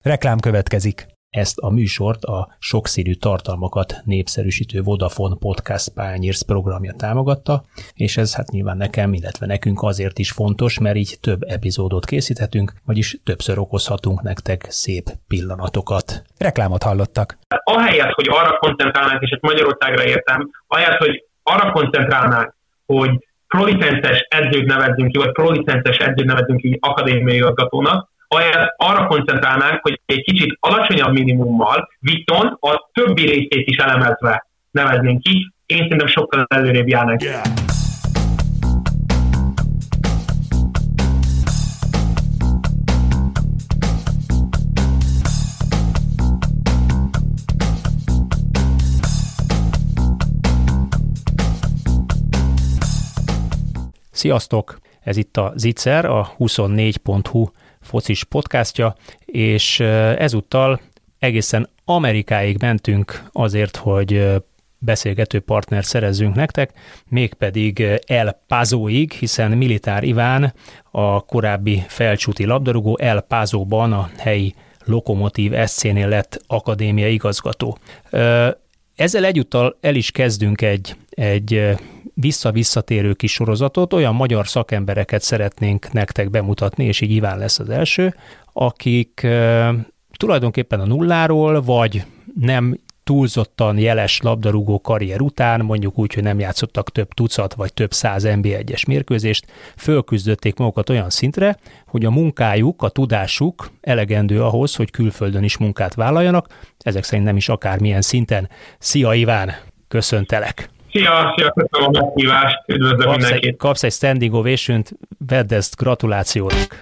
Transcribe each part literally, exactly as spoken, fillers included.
Reklám következik. Ezt a műsort a sokszínű tartalmakat népszerűsítő Vodafone Podcast Pioneers programja támogatta, és ez hát nyilván nekem, illetve nekünk azért is fontos, mert így több epizódot készíthetünk, vagyis többször okozhatunk nektek szép pillanatokat. Reklámot hallottak. Ahelyett, hogy arra koncentrálnánk, és ezt Magyarországra értem, ahelyett, hogy arra koncentrálnánk, hogy prolicences edzőt nevezzünk ki, vagy prolicences edzőt nevezzünk ki akadémiai igazgatónak, arra koncentrálnánk, hogy egy kicsit alacsonyabb minimummal, viszont a többi részét is elemezve neveznénk ki. Én szerintem sokkal előrébb járnánk. Yeah. Sziasztok! Ez itt a Zicser, a huszonnégy pont hu focis podcastja, és ezúttal egészen Amerikáig mentünk azért, hogy beszélgető partner szerezzünk nektek, mégpedig El Pasoig, hiszen Militár Iván, a korábbi felcsúti labdarúgó, El Pasoban a helyi Lokomotív es cé-nél lett akadémiai igazgató. Ezzel egyúttal el is kezdünk egy, egy vissza-visszatérő kis sorozatot, olyan magyar szakembereket szeretnénk nektek bemutatni, és így Iván lesz az első, akik e, tulajdonképpen a nulláról, vagy nem túlzottan jeles labdarúgó karrier után, mondjuk úgy, hogy nem játszottak több tucat, vagy több száz en bé egyes mérkőzést, fölküzdötték magukat olyan szintre, hogy a munkájuk, a tudásuk elegendő ahhoz, hogy külföldön is munkát vállaljanak, ezek szerint nem is akármilyen szinten. Szia Iván, köszöntelek! Szia, szia, köszönöm a meghívást, üdvözlök kapsz mindenkit. Egy, kapsz egy standing ovation-t, vedd ezt, gratulációnak.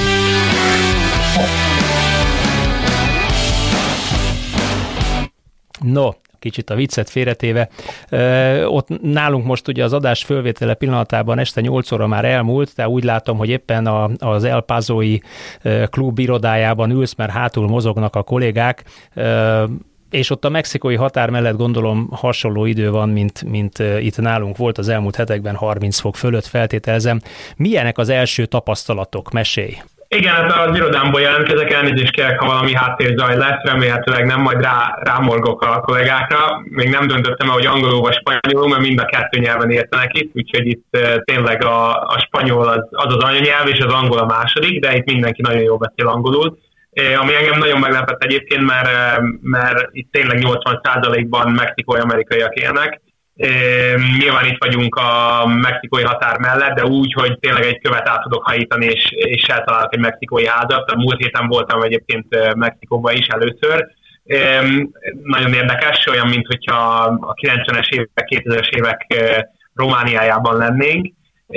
No, kicsit a viccet félretéve. Ö, ott nálunk most ugye az adás fölvétele pillanatában este nyolc óra már elmúlt, de úgy látom, hogy éppen a, az El Pasoi klub irodájában ülsz, mert hátul mozognak a kollégák, ö, és ott a mexikói határ mellett gondolom hasonló idő van, mint, mint itt nálunk volt az elmúlt hetekben, harminc fok fölött feltételezem. Milyenek az első tapasztalatok? Mesélj! Igen, hát az irodámból jelentkezek, elnézést kérek, ha valami háttérzaj lesz, remélhetőleg nem, majd rá, rámorgok a kollégákra. Még nem döntöttem el, hogy angolul vagy spanyolul, mert mind a kettő nyelven értenek itt, úgyhogy itt tényleg a, a spanyol az, az az anyanyelv, és az angol a második, de itt mindenki nagyon jól beszél angolul. Ami engem nagyon meglepett egyébként, mert, mert itt tényleg nyolcvan százalékban mexikói amerikaiak élnek. Nyilván itt vagyunk a mexikói határ mellett, de úgy, hogy tényleg egy követ át tudok hajítani, és, és eltalálok egy mexikói házat. A múlt héten voltam egyébként Mexikóban is először. Nagyon érdekes, olyan, mint hogyha a kilencvenes évek, kétezres évek Romániájában lennénk.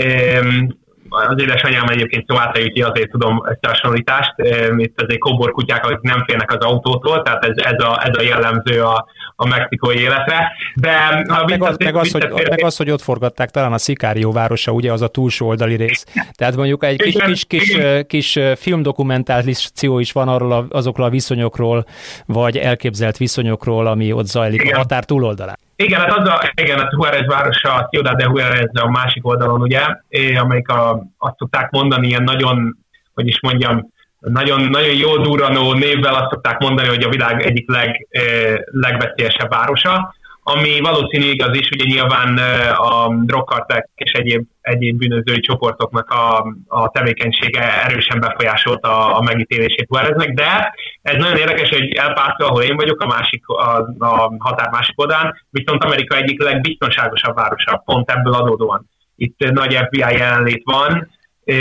Az édesanyám egyébként Szlovákiai, úgyhogy azért tudom ezt a hasonlítást. Itt azért kóborkutyák, akik nem félnek az autótól, tehát ez, ez, a, ez a jellemző a, a mexikói életre. De hát meg, az, meg, az, hogy, meg az, hogy ott forgatták talán a Sicario városa, ugye az a túlsó oldali rész. Tehát mondjuk egy kis, kis, kis, kis filmdokumentáció is van arról a, azokról a viszonyokról, vagy elképzelt viszonyokról, ami ott zajlik igen. A határ túloldalán. Igen, hát az a, igen, a Juárez városa, a Ciudad de Juárez a másik oldalon, ugye, amelyik a, azt szokták mondani, ilyen nagyon, hogy is mondjam, nagyon, nagyon jól durranó névvel azt szokták mondani, hogy a világ egyik leg, legveszélyesebb városa, ami valószínű igaz is, ugye nyilván a drogkartek és egyéb, egyéb bűnözői csoportoknak a, a tevékenysége erősen befolyásolta a megítélését Juáreznek, de ez nagyon érdekes, hogy El Paso, ahol én vagyok, a, másik, a, a határ másik oldalán, viszont Amerika egyik legbiztonságosabb városa, pont ebből adódóan. Itt nagy ef bé i jelenlét van,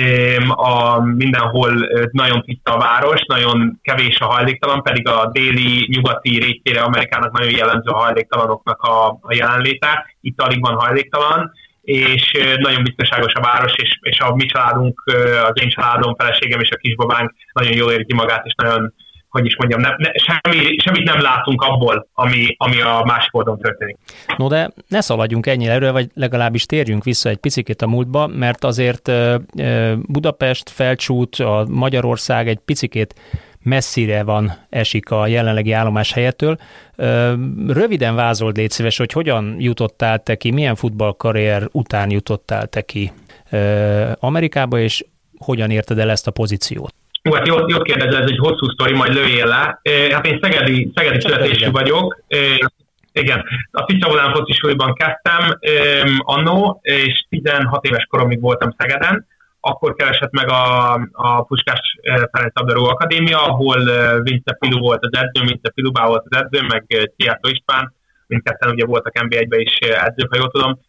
a, mindenhol nagyon tiszta a város, nagyon kevés a hajléktalan, pedig a déli, nyugati részére Amerikának nagyon jellemző a hajléktalanoknak a, a jelenléte. Itt alig van hajléktalan, és nagyon biztonságos a város, és, és a mi családunk, az én családom, feleségem és a kisbabánk nagyon jól érzi magát, és nagyon, hogy is mondjam, ne, ne, semmi, semmit nem látunk abból, ami, ami a másik oldalon történik. No, de ne szaladjunk ennyire erről, vagy legalábbis térjünk vissza egy picikét a múltba, mert azért Budapest, Felcsút, a Magyarország egy picikét messzire van, esik a jelenlegi állomás helyettől. Röviden vázold, légy szíves, hogy hogyan jutottál te ki, milyen futballkarrier után jutottál te ki Amerikába, és hogyan érted el ezt a pozíciót? Hú, hát jót, jót kérdez, ez egy hosszú sztori, majd lőjél le. Hát én szegedi, szegedi születésű vagyok. Igen, a Ficsavolán focisúlyban kezdtem annó, és tizenhat éves koromig voltam Szegeden. Akkor keresett meg a, a Puskás Ferenc labdarúgó akadémia, ahol Vince Pilu volt az edző, Vince Pilubá volt az edző, meg Szijjártó István, mindketten ugye voltak en bé egyben is edzők, ha jól tudom.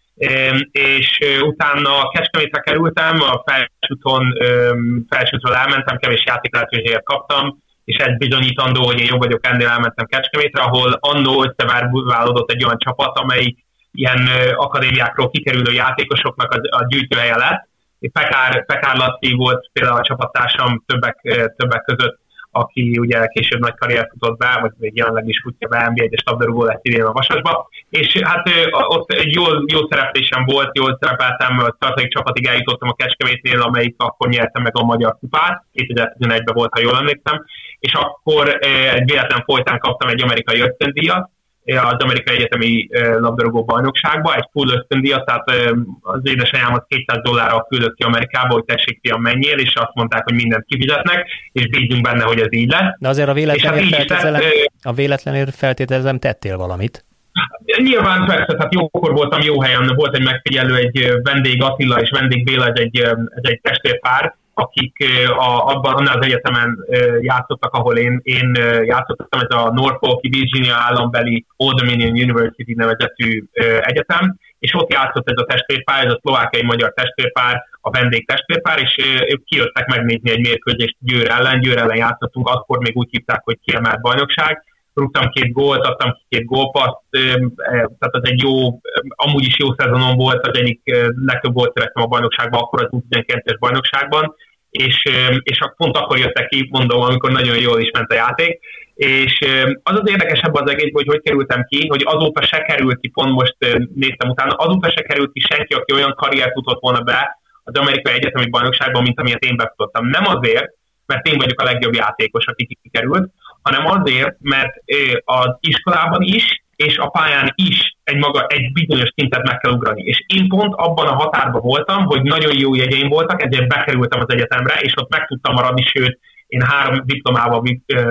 És utána Kecskemétre kerültem, a felsőton, felsőtről elmentem, kevés játék lehetőséget kaptam, és ez bizonyítandó, hogy én jobb vagyok, ennél elmentem Kecskemétre, ahol annó összeválódott egy olyan csapat, amely ilyen akadémiákról kikerülő játékosoknak a, a gyűjtőhelye lett. Pekár, Pekár Laci volt például a csapattársam többek, többek között, aki ugye később nagy karriert futott be, vagy még jelenleg is futja be, en bé egyes labdarúgó lett idén a Vasasba, és hát ott egy jó, jó szereplésem volt, jól szerepeltem, a tartalék csapatig eljutottam a Kecskemétnél, amelyik akkor nyertem meg a Magyar Kupát, kétezer-tizenegyben volt, ha jól emlékszem, és akkor egy véletlen folytán kaptam egy amerikai ösztöndíjat, az amerikai egyetemi labdarúgó bajnokságba, egy full ösztöndíjat, tehát az édesanyámat kétszáz dollárral küldött ki Amerikába, hogy tessék fiam, menjél, és azt mondták, hogy mindent kifizetnek, és bízunk benne, hogy ez így lesz. De azért a véletlenért hát feltételezem, a véletlenért feltételezem tettél valamit. Nyilván persze, tehát jókor voltam jó helyen, volt egy megfigyelő, egy vendég Attila és vendég Béla, ez egy, ez egy testvérpár, akik a, abban annál az egyetemen játszottak, ahol én, én játszottam, ez a Norfolk Virginia állambeli Old Dominion University nevezetű egyetem, és ott játszott ez a testvérpár, ez a szlovákiai magyar testvérpár, a vendég testvérpár, és ők kijöttek megnézni egy mérkőzést Győr ellen, Győr ellen játszottunk, akkor még úgy hívták, hogy kiemelt bajnokság, rúgtam két gólt, adtam ki két gólpaszt, tehát az egy jó, amúgy is jó szezonom volt, az egyik legtöbb gólt szerettem a bajnokságban, akkor az U tizenkilences bajnokságban, és, és pont akkor jöttek ki, mondom, amikor nagyon jól is ment a játék, és az az érdekesebb az egész, hogy hogy kerültem ki, hogy azóta se került ki, pont most néztem utána, azóta se került ki senki, aki olyan karriert futott volna be az amerikai egyetemi bajnokságban, mint amilyet én befutottam. Nem azért, mert én vagyok a legjobb játékos, aki kikerült, hanem azért, mert az iskolában is, és a pályán is egy maga, egy bizonyos szintet meg kell ugrani. És én pont abban a határban voltam, hogy nagyon jó jegyeim voltak, ezért bekerültem az egyetemre, és ott meg tudtam maradni, sőt, én három diplomával,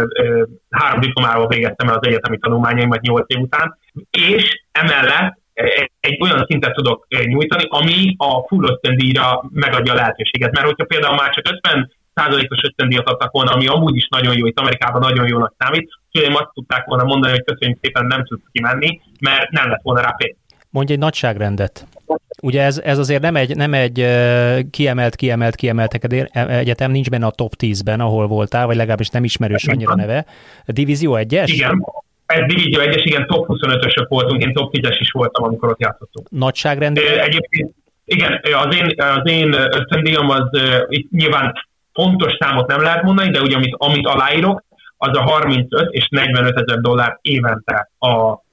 három diplomával végeztem el az egyetemi tanulmányaimat nyolc év után, és emellett egy olyan szintet tudok nyújtani, ami a full ösztöndíjra megadja a lehetőséget. Mert hogyha például már csak ötven százalékos ösztöndíjat adtak volna, ami amúgy is nagyon jó, itt Amerikában nagyon jónak számít, úgyhogy azt tudták volna mondani, hogy köszönjük szépen, nem tudsz kimenni, mert nem lett volna rá pénz. Mondj egy nagyságrendet. Ugye ez, ez azért nem egy, nem egy kiemelt, kiemelt, kiemelt egyetem, nincs benne a top tízben, ahol voltál, vagy legalábbis nem ismerős annyira neve. Divízió egyes? Igen. Ez Divízió egyes, igen, top huszonötösök voltunk, én top tízes is voltam, amikor ott játszottunk. Nagyságrendben? Egyébként, igen, az én, az én ösztöndíjam az itt nyilván pontos számot nem lehet mondani, de ugye amit, amit aláírok, az a harmincöt és negyvenöt ezer dollár évente a,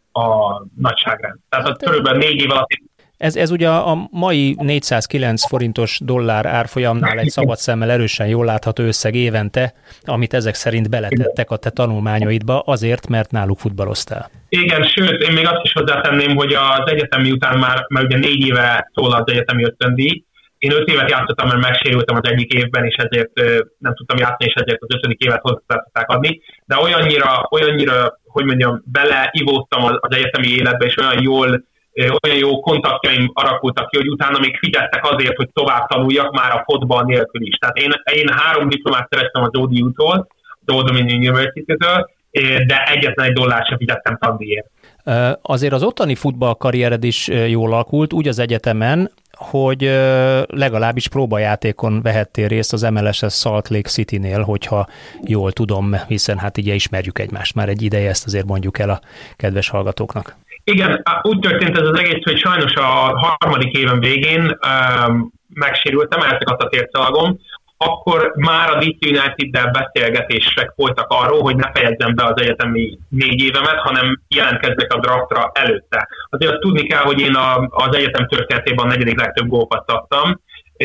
a nagyságrend. Tehát hát, körülbelül négy év alatt. Ez, ez ugye a mai négyszázkilenc forintos dollár árfolyamnál egy szabad szemmel erősen jól látható összeg évente, amit ezek szerint beletettek a te tanulmányaidba azért, mert náluk futballoztál. Igen, sőt, én még azt is hozzátenném, hogy az egyetemi után már, már ugye négy éve szól az egyetemi ösztöndíj. Én öt évet játszottam, mert megsérültem az egyik évben, és ezért nem tudtam játszani, és ezért az ötödik évet hozzá tudták adni. De olyannyira, olyannyira, hogy mondjam, beleivódtam az, az egyetemi életbe, és olyan jól, olyan jó kontaktjaim alakultak ki, hogy utána még fizettek azért, hogy tovább tanuljak már a fotball nélkül is. Tehát én, én három diplomát szereztem az o dé u-tól, az Old Dominion University-től, de egyetlen egy dollárt sem fizettem tandíjért. Azért az ottani futballkarriered is jól alakult, úgy az egyetemen, hogy legalábbis próbajátékon vehettél részt az em el es Salt Lake City-nél, hogyha jól tudom, hiszen hát így ismerjük egymást már egy ideje, ezt azért mondjuk el a kedves hallgatóknak. Igen, úgy történt ez az egész, hogy sajnos a harmadik éven végén um, megsérültem, elszakadt a térszalagom, akkor már a dé cé United-del beszélgetések folytak arról, hogy ne fejezzem be az egyetemi négy évemet, hanem jelentkezzek a draftra előtte. Azért azt tudni kell, hogy én a, az egyetem történetében a negyedik legtöbb gólpaszt adtam,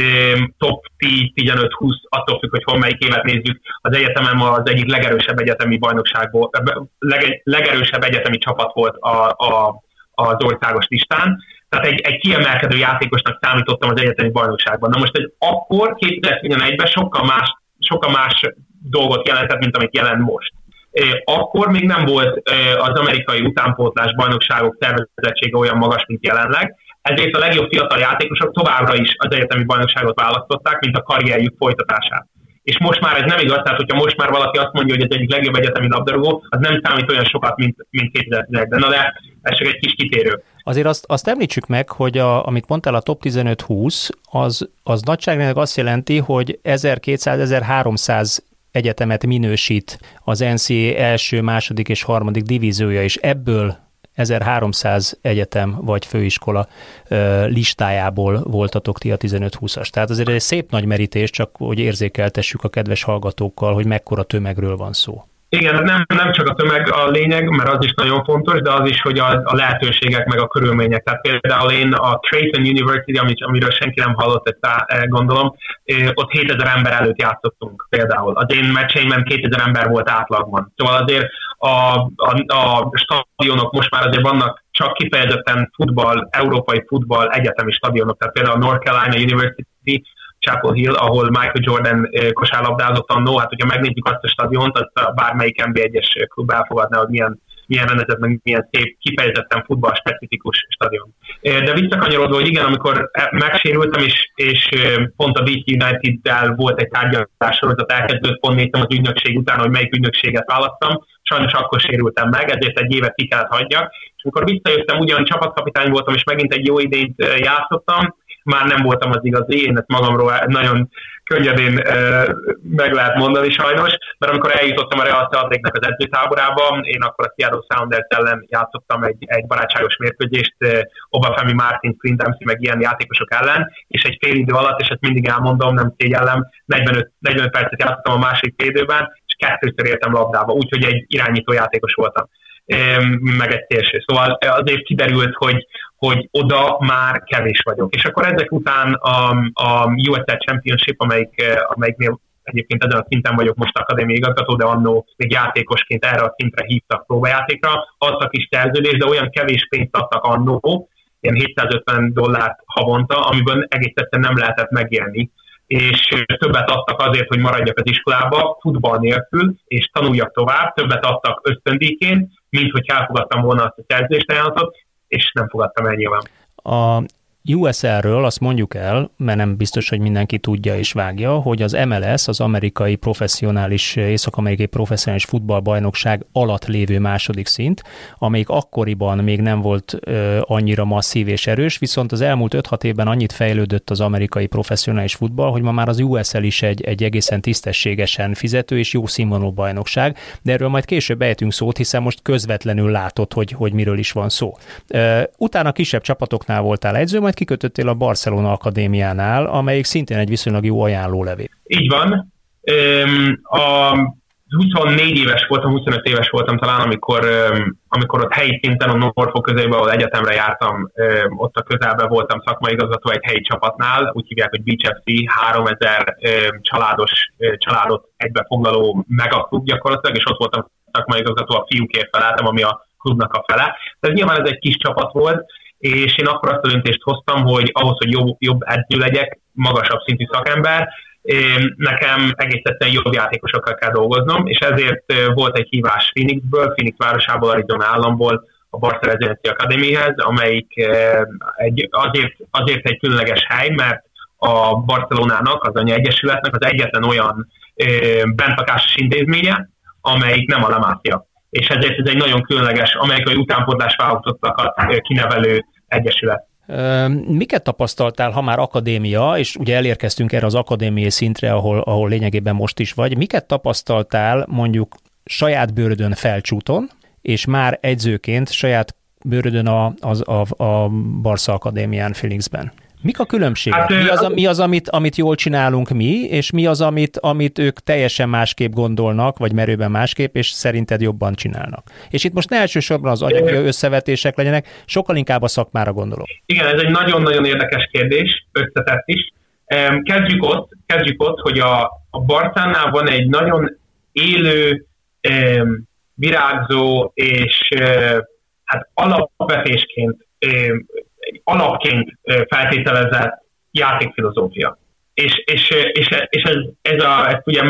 top tíz, tizenöt, húsz, attól függ, hogy hol melyik évet nézzük. Az egyetemem az egyik legerősebb egyetemi bajnokságból, leg, legerősebb egyetemi csapat volt a, a, az országos listán. Tehát egy, egy kiemelkedő játékosnak számítottam az egyetemi bajnokságban. Na most egy, akkor kétezer-tizenegyben sokkal más, sokkal más dolgot jelentett, mint amit jelent most. Akkor még nem volt az amerikai utánpótlás bajnokságok szervezettsége olyan magas, mint jelenleg, ezért a legjobb fiatal játékosok továbbra is az egyetemi bajnokságot választották, mint a karrierjük folytatását. És most már ez nem igaz, tehát hogyha most már valaki azt mondja, hogy az egyik legjobb egyetemi labdarúgó, az nem számít olyan sokat, mint, mint kétezer-tizenegyben. Na de ez csak egy kis kitérő. Azért azt, azt említsük meg, hogy a, amit mondtál, a top tizenöt húsz, az, az nagyságrendileg azt jelenti, hogy ezerkétszáz-ezerháromszáz egyetemet minősít az en cé á á első, második és harmadik divíziója, és ebből ezerháromszáz egyetem vagy főiskola listájából voltatok ti a tizenöt húszas. Tehát azért egy szép nagy merítés, csak hogy érzékeltessük a kedves hallgatókkal, hogy mekkora tömegről van szó. Igen, nem, nem csak a tömeg a lényeg, mert az is nagyon fontos, de az is, hogy a, a lehetőségek meg a körülmények. Tehát például én a Creighton University, amit, amiről senki nem hallott, ezt gondolom, ott hétezer ember előtt játszottunk például. Az én meccseimben kétezer ember volt átlagban. Szóval azért a, a, a stadionok most már azért vannak csak kifejezetten futball, európai futball egyetemi stadionok. Tehát például a North Carolina University, Chapel Hill, ahol Michael Jordan kosárlabdázott annó, hát hogyha megnézzük azt a stadiont, azt bármelyik en bé egyes klub elfogadná, hogy milyen, milyen rendezett, meg milyen szép, kifejezetten futball specifikus stadion. De visszakanyarodva, hogy igen, amikor megsérültem, és, és pont a dé cé United-del volt egy tárgyalás sorozat, elkezdődött, pont néztem az ügynökség után, hogy melyik ügynökséget választam, sajnos akkor sérültem meg, ezért egy évet ki kellett hagyjak, és amikor visszajöttem, ugyan csapatkapitány voltam, és megint egy jó idényt játszottam, már nem voltam az igazi, én ezt magamról nagyon könnyedén e, meg lehet mondani sajnos, mert amikor eljutottam a Real Salt-Lake-nek az edzőtáborába, én akkor a Seattle Sounders ellen játszottam egy, egy barátságos mérkőzést, e, Obafemi, Martin, Clint Dempsey, meg ilyen játékosok ellen, és egy fél idő alatt, és ezt mindig elmondom, nem szégyellem, negyvenöt, negyvenöt percet játszottam a másik fél időben, és kettőször értem labdába, úgyhogy egy irányító játékos voltam, e, meg egy szélső. Szóval azért kiderült, hogy hogy oda már kevés vagyok. És akkor ezek után a, a u es á Championship, amelyik, amelyiknél egyébként ezen a szinten vagyok most akadémiai igazgató, de annó még játékosként erre a szintre hívtak próbajátékra, adtak is szerződést, de olyan kevés pénzt adtak annó, ilyen hétszázötven dollárt havonta, amiből egész egyszerűen nem lehetett megélni. És többet adtak azért, hogy maradjak az iskolába, futball nélkül, és tanuljak tovább, többet adtak ösztöndíjként, mint hogy elfogadtam volna azt a szerződést ajánlatot, és nem fogadtam el nyilván. A u es á-ről azt mondjuk el, mert nem biztos, hogy mindenki tudja és vágja, hogy az em el es, az amerikai professzionális, észak-amerikai professzionális futballbajnokság alatt lévő második szint, amelyik akkoriban még nem volt ö, annyira masszív és erős, viszont az elmúlt öt-hat évben annyit fejlődött az amerikai professzionális futball, hogy ma már az u es el is egy, egy egészen tisztességesen fizető és jó színvonalú bajnokság, de erről majd később ejtünk szót, hiszen most közvetlenül látod, hogy, hogy miről is van szó. Ö, utána kisebb csapatoknál voltál edző, majd kikötöttél a Barcelona Akadémiánál, amelyik szintén egy viszonylag jó ajánlólevél. Így van. A huszonnégy éves voltam, huszonöt éves voltam talán, amikor, amikor ott helyi szinten a Norfolk közelében, ahol egyetemre jártam, ott a közelben voltam szakmai igazgató egy helyi csapatnál, úgy hívják, hogy Beach ef cé, háromezer családos, családot egybefoglaló megaklub gyakorlatilag, és ott voltam szakmai igazgató, a fiúkért feleltem, ami a klubnak a fele. De nyilván ez egy kis csapat volt, és én akkor azt a döntést hoztam, hogy ahhoz, hogy jobb, jobb edző legyek, magasabb szintű szakember, nekem egész egyszerűen jobb játékosokkal kell dolgoznom, és ezért volt egy hívás Phoenixből, Phoenix városából, Arizona államból a Barca Residency Academyhez, amelyik egy, azért, azért egy különleges hely, mert a Barcelonának, az Anya Egyesületnek az egyetlen olyan bentlakásos intézménye, amelyik nem a La Masia. És ezért ez egy nagyon különleges amerikai utánpótlás válogatottakat kinevelő egyesület. Miket tapasztaltál, ha már akadémia, és ugye elérkeztünk erre az akadémiai szintre, ahol, ahol lényegében most is vagy, miket tapasztaltál mondjuk saját bőrödön Felcsúton, és már edzőként saját bőrödön a, a, a, a Barca Akadémián Phoenixben? Mik a különbségek? Hát, mi az, mi az amit, amit jól csinálunk mi, és mi az, amit, amit ők teljesen másképp gondolnak, vagy merőben másképp, és szerinted jobban csinálnak? És itt most ne elsősorban az anyagi összevetések legyenek, sokkal inkább a szakmára gondolok. Igen, ez egy nagyon-nagyon érdekes kérdés, összetett is. Kezdjük ott, kezdjük ott hogy a, a Barcánál van egy nagyon élő, virágzó és hát alapvetésként alapként feltételezett játékfilozófia. És, és, és, és ez, ez a, ezt ugye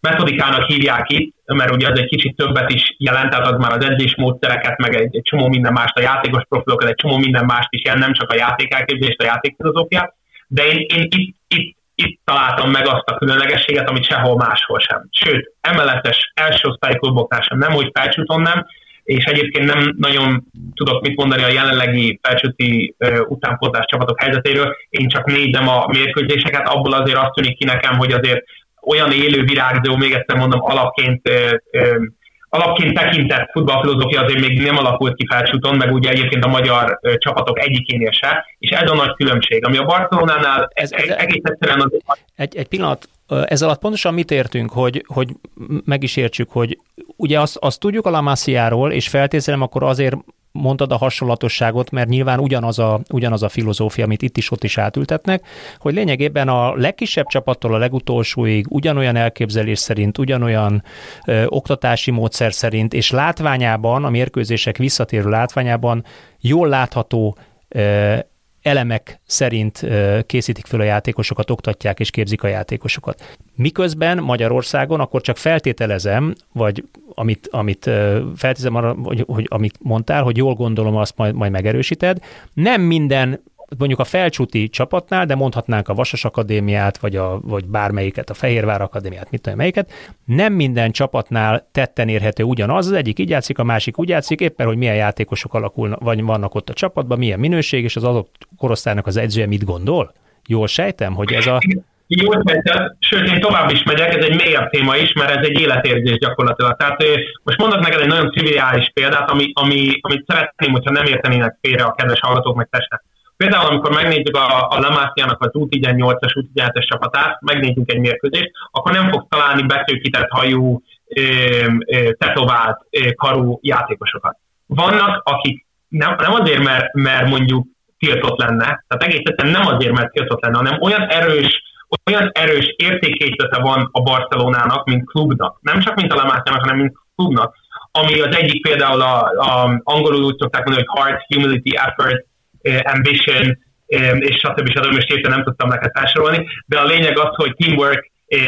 metodikának hívják itt, mert ugye az egy kicsit többet is jelent, tehát az már az edzésmódszereket, meg egy, egy csomó minden mást, a játékos profilokat, egy csomó minden mást is jelent, nem csak a játékelképzést, a játékfilozófiát, de én, én itt, itt, itt találtam meg azt a különlegességet, amit sehol máshol sem. Sőt, em el es-es első osztályú kluboknál sem, nem, hogy felcsúton nem, és egyébként nem nagyon tudok mit mondani a jelenlegi felcsúti uh, utánpótlás csapatok helyzetéről, én csak nézem a mérkőzéseket, abból azért azt tűnik ki nekem, hogy azért olyan élő, virágzó, még egyszer mondom, alapként, uh, uh, alapként tekintett futballfilozófia azért még nem alakult ki felcsúton, meg ugye egyébként a magyar uh, csapatok egyikénél se, és ez a nagy különbség, ami a Barcelonánál ez, ez, egész egyszerűen az... Egy, egy pillanat, ez alatt pontosan mit értünk, hogy, hogy meg is értsük, hogy ugye azt, azt tudjuk a La Masia-ról, és feltételem akkor azért mondtad a hasonlatosságot, mert nyilván ugyanaz a, ugyanaz a filozófia, amit itt is ott is átültetnek, hogy lényegében a legkisebb csapattól a legutolsóig ugyanolyan elképzelés szerint, ugyanolyan ö, oktatási módszer szerint, és látványában, a mérkőzések visszatérő látványában jól látható ö, elemek szerint készítik föl a játékosokat, oktatják és képzik a játékosokat. Miközben Magyarországon akkor csak feltételezem, vagy amit, amit feltételezem arra, hogy, hogy amit mondtál, hogy jól gondolom, azt majd, majd megerősíted, nem minden, mondjuk a felcsúti csapatnál, de mondhatnánk a Vasas Akadémiát, vagy, a, vagy bármelyiket, a Fehérvár Akadémiát, mit tudom melyiket, nem minden csapatnál tetten érhető ugyanaz, az egyik így játszik, a másik úgy játszik, éppen, hogy milyen játékosok alakulnak, vagy vannak ott a csapatban, milyen minőség, és az adott korosztálynak az edzője mit gondol? Jól sejtem, hogy ez a... Jól sejtem, sőt, én tovább is megyek, ez egy mélyebb téma is, mert ez egy életérzés gyakorlatilag. Tehát most mondok neked egy nagyon triviális példát, ami, ami, amit szeretném, hogyha nem értenének félre a kedves hallgatók, meg te sem. Például, amikor megnézzük a, a La Masia-nak az U tizennyolcas, U tizenhetes csapatát, megnézzük egy mérkőzést, akkor nem fog találni beszőkített hajú, ö, ö, tetovált, ö, karú játékosokat. Vannak, akik nem, nem azért, mert, mert mondjuk tiltott lenne, tehát egész egyszerűen nem azért, mert tiltott lenne, hanem olyan erős, olyan erős értékkészlete van a Barcelonának, mint klubnak. Nem csak mint a La Masia-nak, hanem mint klubnak. Ami az egyik például a, a angolul úgy szokták mondani, hogy heart, humility, effort, ambition, és stb. stb. Most érte nem tudtam neked felsorolni, de a lényeg az, hogy teamwork,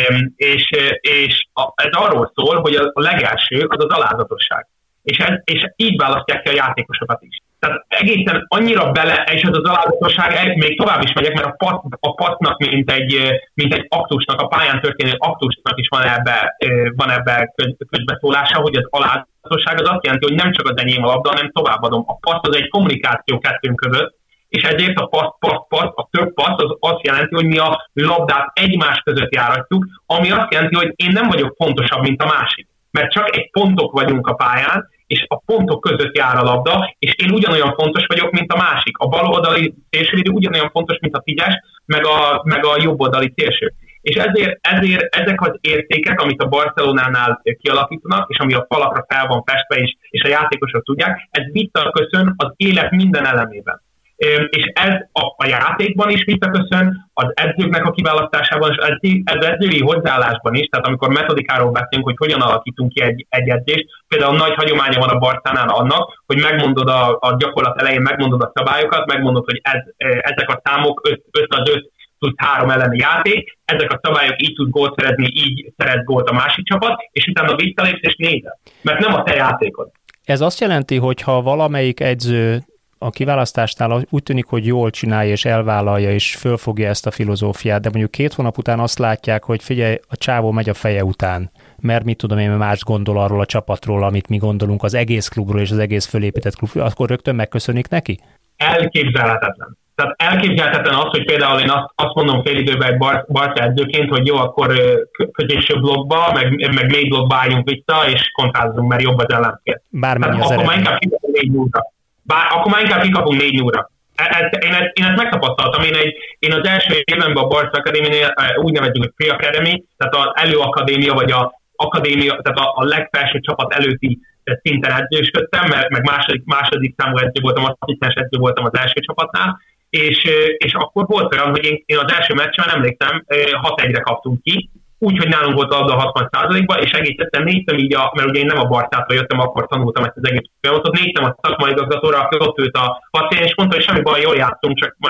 és, és ez arról szól, hogy a legelső az az alázatosság. És, ez, és így választják ki a játékosokat is. Tehát egészen annyira bele, és ez az alázatosság, még tovább is megyek, mert a, pat, a patnak, mint egy, mint egy aktusnak, a pályán történő aktusnak is van ebbe, van ebbe közbeszólása, hogy az alázatosság az azt jelenti, hogy nem csak az enyém a labda, hanem továbbadom. A passz az egy kommunikáció kettőnk között, és ezért a passz, passz, passz, a több passz az azt jelenti, hogy mi a labdát egymás között járatjuk, ami azt jelenti, hogy én nem vagyok fontosabb, mint a másik. Mert csak egy pontok vagyunk a pályán, és a pontok között jár a labda, és én ugyanolyan fontos vagyok, mint a másik. A baloldali szélsővédő ugyanolyan fontos, mint a tízes, meg a, meg a jobboldali szélső. És ezért, ezért ezek az értékek, amit a Barcelonánál kialakítanak, és ami a falakra fel van festve, és, és a játékosok tudják, ez visszaköszön az élet minden elemében. És ez a, a játékban is visszaköszön, az edzőknek a kiválasztásában, és az edzői hozzáállásban is, tehát amikor metodikáról beszélünk, hogy hogyan alakítunk ki egy, egy edzést, például nagy hagyománya van a Barcánál annak, hogy megmondod a, a gyakorlat elején, megmondod a szabályokat, megmondod, hogy ez, ezek a számok öt az öt plusz három elleni játék, ezek a szabályok így tud gólt szerezni, így szerez gólt a másik csapat, és utána visszalépsz és nézed, mert nem a te játékod. Ez azt jelenti, hogy ha valamelyik edző a kiválasztásnál úgy tűnik, hogy jól csinálja és elvállalja és fölfogja ezt a filozófiát, de mondjuk két hónap után azt látják, hogy figyelj, a csávó megy a feje után, mert mit tudom én, más gondol arról a csapatról, amit mi gondolunk az egész klubról és az egész fölépített klubról, akkor rögtön megköszönik neki? Elképzelhetetlen. Tehát elképzelhetetlen az, hogy például én azt, azt mondom fél időben egy bar, Barca edzőként, hogy jó, akkor középső blokkba, meg, meg mély blokkba álljunk vissza, és kontrázzunk, mert jobb az ellenfél. Bármennyi az akkor már inkább kikapunk négy nullra. Bár, akkor már inkább kikapunk négy nullra. Én, én, én ezt megtapasztaltam. Én, egy, én az első évemben a Barca Akadémiánél úgy nevezzük, hogy Pre-Academy, tehát az előakadémia, vagy a akadémia, tehát a, a legfelső csapat előtti szinten edzősködtem, mert meg második, második számú edző voltam, asszisztens edző voltam az első csapatnál, és, és akkor volt olyan, hogy én, én az első meccsen emlékszem, hat egyre kaptunk ki, úgyhogy nálunk volt a labda hatvan százalékban, és egész egyszerűen néztem így, a, mert ugye én nem a Barcától jöttem, akkor tanultam ezt az egész folyamatot, néztem a szakmai igazgatóra, aki ott ült a paciens, és mondta, hogy semmi baj, jól játszunk, csak majd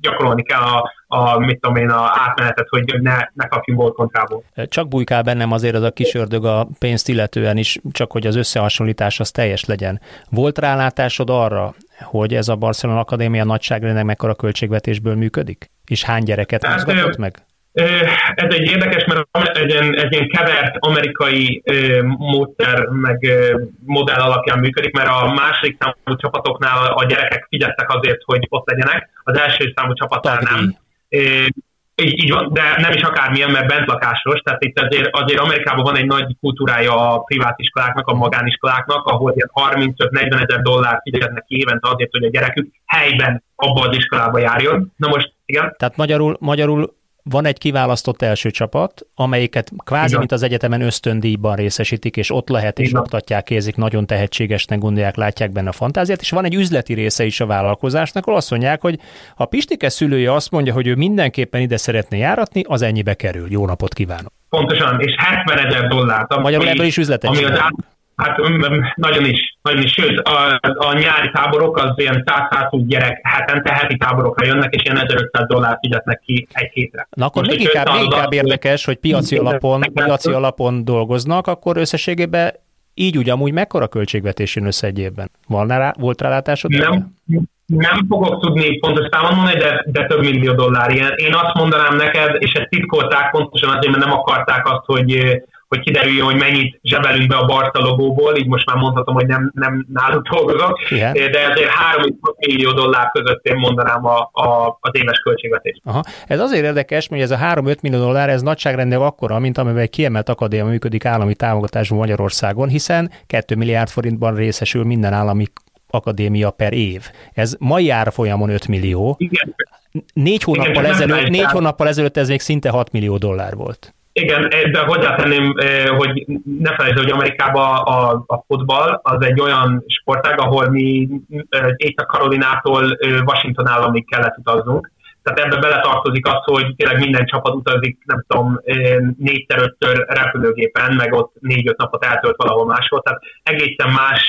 gyakorolni kell a, a, mit tudom én, a átmenetet, hogy ne, ne kapjunk gólkontrából. Csak bujkál bennem azért az a kis ördög a pénzt illetően is, csak hogy az összehasonlítás az teljes legyen. Volt rálátásod arra, hogy ez a Barcelona Akadémia nagyságrendnek mekkora költségvetésből működik? És hány gyereket hát, mozgatott meg? Ez egy érdekes, mert egy ilyen, egy ilyen kevert amerikai módszer meg modell alapján működik, mert a második számú csapatoknál a gyerekek fizettek azért, hogy ott legyenek, az első számú csapatnál nem. Így, így van, de nem is akármilyen, mert bentlakásos, tehát itt azért, azért Amerikában van egy nagy kultúrája a privát iskoláknak, a magániskoláknak, ahol harmincöt-negyven ezer dollár fizetnek évente azért, hogy a gyerekük helyben abba az iskolába járjon. Na most, igen. Tehát magyarul, magyarul van egy kiválasztott első csapat, amelyiket kvázi, igen, mint az egyetemen ösztöndíjban részesítik, és ott lehet, és igen, oktatják, érzik, nagyon tehetségesnek gondolják, látják benne a fantáziát, és van egy üzleti része is a vállalkozásnak, ahol azt mondják, hogy ha Pistike szülője azt mondja, hogy ő mindenképpen ide szeretne járatni, az ennyibe kerül. Jó napot kívánok! Pontosan, és hetvenezer dollárt. Magyarul ebből is üzletet csinálnak. Hát nagyon is, nagyon is, sőt, a, a nyári táborok az ilyen száz-százhúsz gyerek hetente heti táborokra jönnek, és ilyen ezerötszáz dollárt fizetnek ki egy hétre. Na akkor most még inkább, még inkább érdekes, hogy piaci alapon, piaci alapon dolgoznak, akkor összességében így úgy amúgy mekkora költségvetés jön össze egy évben? Van rá, volt rálátásod? Nem, nem fogok tudni pontos számon mondani, de, de több millió dollár ilyen. Én azt mondanám neked, és ezt titkolták pontosan azért, mert nem akarták azt, hogy hogy kiderüljön, hogy mennyit zsebelünk be a Barca logóból, így most már mondhatom, hogy nem, nem náluk dolgozok, igen, de azért három millió dollár között én mondanám a, a, az éves költségvetés. Aha. Ez azért érdekes, hogy ez a három-öt millió dollár, ez nagyságrendileg akkora, mint amivel egy kiemelt akadémia működik állami támogatásban Magyarországon, hiszen két milliárd forintban részesül minden állami akadémia per év. Ez mai árfolyamon öt millió. Igen. Négy hónappal, Igen, ezelőtt, négy hónappal ezelőtt ez még szinte hat millió dollár volt. Igen, de hozzátenném, hogy ne felejtsd, hogy Amerikában a, a futball az egy olyan sportág, ahol mi Észak-Karolinától Washington államig kellett utaznunk. Tehát ebbe beletartozik az, hogy tényleg minden csapat utazik, nem tudom, négyszer-ötször repülőgépen, meg ott négy-öt napot eltölt valahol máshol. Tehát egészen más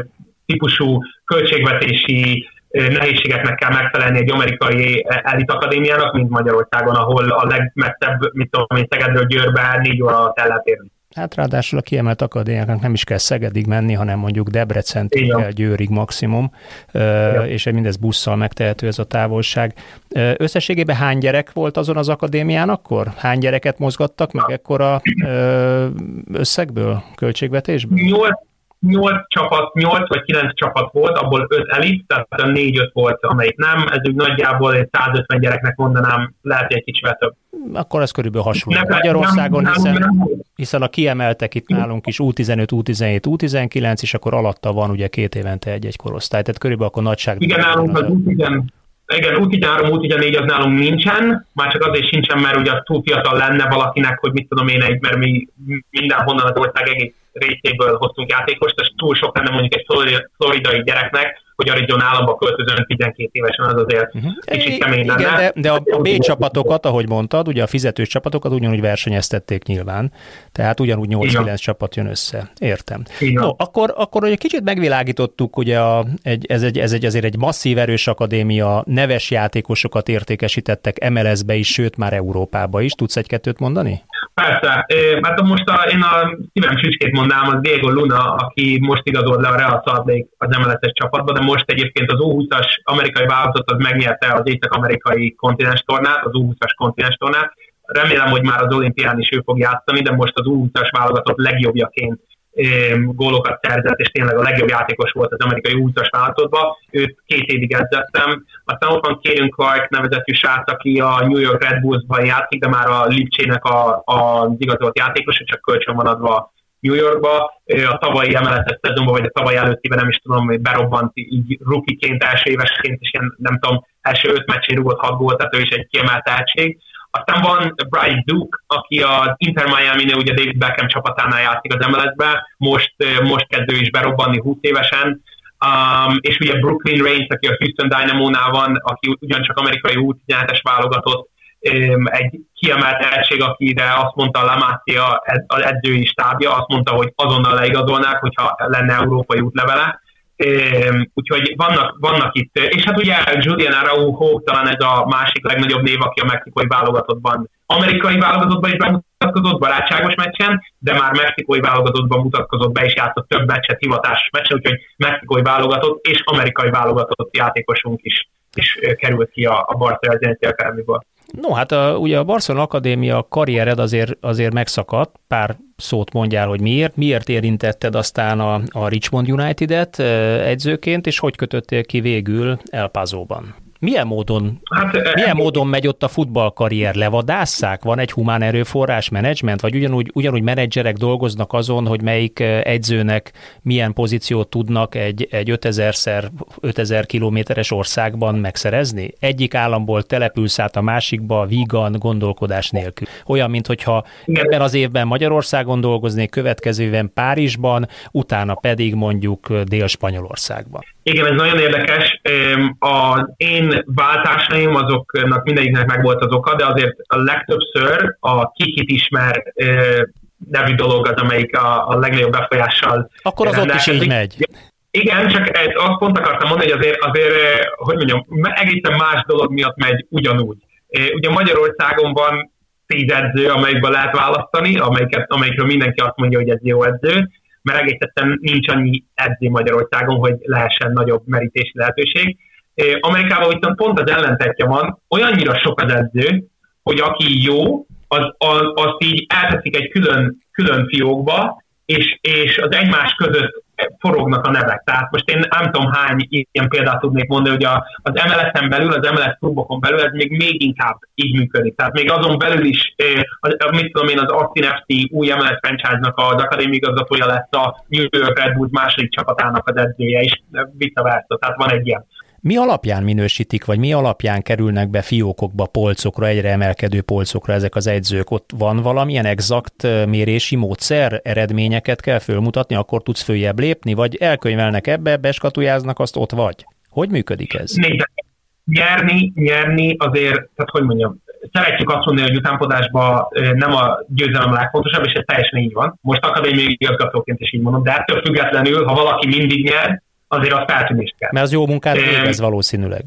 típusú költségvetési nehézségeknek kell megfelelni egy amerikai elit akadémiának, mint Magyarországon, ahol a legmesszebb, mit tudom én, Szegedről Győrbe négy óra alatt el lehet érni. Hát ráadásul a kiemelt akadémiáknak nem is kell Szegedig menni, hanem mondjuk Debrecentig kell, Győrig maximum, ja, és mindez busszal megtehető ez a távolság. Összességében hány gyerek volt azon az akadémián akkor? Hány gyereket mozgattak meg ekkora összegből, költségvetésből? Nyolc Nyolc csapat, nyolc vagy kilenc csapat volt, abból öt elit, tehát négy-öt volt, amelyik nem. Ez úgy nagyjából egy százötven gyereknek mondanám, lehet egy kicsivel több. Akkor ez körülbelül hasonló Magyarországon, nem, hiszen, nem, nem. hiszen a kiemeltek itt nálunk is U tizenöt, U tizenhét, U tizenkilenc, és akkor alatta van ugye két évente egy-egy korosztály, tehát körülbelül akkor nagyság. Igen, nálunk az U tizenhárom, igen, U tizenhárom, U tizennégy az nálunk nincsen, már csak azért sincsen, mert ugye az túl fiatal lenne valakinek, hogy mit tudom én, egy, mert mi mindenhonnan az ország egész részéből hoztunk játékost, és túl sok lenne mondjuk egy floridai gyereknek, hogy Arizona államba költözön tizenkét évesen, az azért uh-huh. kicsit kemény lenne. Igen, de, de a, a B csapatokat, ahogy mondtad, ugye a fizetős csapatokat ugyanúgy versenyeztették nyilván, tehát ugyanúgy nyolc-kilenc csapat jön össze. Értem. No, akkor, akkor ugye kicsit megvilágítottuk, ugye a, egy, ez, egy, ez egy azért egy masszív erős akadémia, neves játékosokat értékesítettek em el es-be is, sőt már Európába is. Tudsz egy-kettőt mondani? Persze. Hát most a, én a szívem csücskét mondám, az Diego Luna, aki most igazolt le a Real Salt Lake az em el es-es csapatba, de most egyébként az U húszas amerikai válogatott az megnyerte az észak-amerikai kontinens tornát, az U húszas kontinens tornát. Remélem, hogy már az olimpián is ő fog játszani, de most az U húszas válogatott legjobbjaként gólokat szerzett, és tényleg a legjobb játékos volt az amerikai U húszas válogatottban. Őt két évig edzettem. Aztán ott van Kieran Clark nevezetű srác, aki a New York Red Bulls-ban játszik, de már a Lipcsének a, a, az igazolt játékos, csak kölcsön van adva New Yorkba. A tavalyi em el es-es szezonban, vagy a tavalyi előttiben nem is tudom, hogy berobbant így rookie-ként, első évesként, és ilyen, nem tudom, első öt meccsén rúgott hat gólt, tehát ő is egy kiemelt tehetség. Aztán van Bryce Duke, aki az Inter Miami-nél ugye David Beckham csapatánál játszik az em el es-be, most, most kezdő is berobbanni húsz évesen, um, és ugye Brooklyn Reigns, aki a Houston Dynamo-nál van, aki ugyancsak amerikai U tizenhetes válogatott, um, egy kiemelt tehetség, akire azt mondta a La Masia, az edzői stábja, azt mondta, hogy azonnal leigazolnák, hogyha lenne európai útlevele, Úgyhogy vannak, vannak itt, és hát ugye Julian Araujo talán ez a másik legnagyobb név, aki a mexikói válogatottban, amerikai válogatottban is bemutatkozott barátságos meccsen, de már mexikói válogatottban mutatkozott be, és játszott több meccset, hivatásos meccsen, úgyhogy mexikói válogatott és amerikai válogatott játékosunk is, is került ki a, a Barca Rezidencia Academy-ból. No, hát a, ugye a Barcelona Akadémia karriered azért, azért megszakadt, pár szót mondjál, hogy miért, miért érintetted aztán a, a Richmond United-et edzőként, és hogy kötöttél ki végül El Paso-ban? Milyen módon, hát, milyen módon megy ott a futballkarrier? Levadásszák? Van egy humán erőforrás menedzsment? Vagy ugyanúgy, ugyanúgy menedzserek dolgoznak azon, hogy melyik edzőnek milyen pozíciót tudnak egy, egy ötezerszer ötezer kilométeres országban megszerezni? Egyik államból települsz át a másikba vígan, gondolkodás nélkül. Olyan, mintha ebben az évben Magyarországon dolgoznék, következő évben Párizsban, utána pedig mondjuk Dél-Spanyolországban. Igen, ez nagyon érdekes. Az én váltásaim, azoknak mindegyiknek meg volt az oka, de azért a legtöbbször a kikit ismer nevű dolog az, amelyik a, a legnagyobb befolyással. Akkor az ott is így megy. Igen, csak azt pont akartam mondani, hogy azért, azért, hogy mondjam, egészen más dolog miatt megy ugyanúgy. Ugye Magyarországon van tíz edző, amelyikben lehet választani, amelyiket, amelyikről mindenki azt mondja, hogy ez jó edző, mert egész egyszerűen nincs annyi edző Magyarországon, hogy lehessen nagyobb merítési lehetőség. Amerikában viszont pont az ellentetje van, olyannyira sok az edző, hogy aki jó, az, az, azt így elteszik egy külön, külön fiókba, és, és az egymás között forognak a nevek. Tehát most én nem tudom hány ilyen példát tudnék mondani, hogy a, az em el es-en belül, az em el es klubokon belül ez még, még inkább így működik. Tehát még azon belül is, eh, mit tudom én, az Austin ef cé új em el es franchise-nak az akadémiai igazgatója lesz a New York Red Bulls második csapatának az edzője, és visszaversa. Tehát van egy ilyen. Mi alapján minősítik, vagy mi alapján kerülnek be fiókokba, polcokra, egyre emelkedő polcokra ezek az edzők? Ott van valamilyen exakt mérési módszer, eredményeket kell fölmutatni, akkor tudsz följebb lépni, vagy elkönyvelnek ebbe, beskatujáznak, azt ott vagy? Hogy működik ez? Nézd, nyerni, nyerni azért, tehát hogy mondjam, szeretjük azt mondani, hogy utánpótlásban nem a győzelem legfontosabb, és ez teljesen így van. Most akadémiai igazgatóként is így mondom, de ettől függetlenül, ha valaki mindig nyer, azért az feltűnést kell. Mert az jó munkát végez valószínűleg.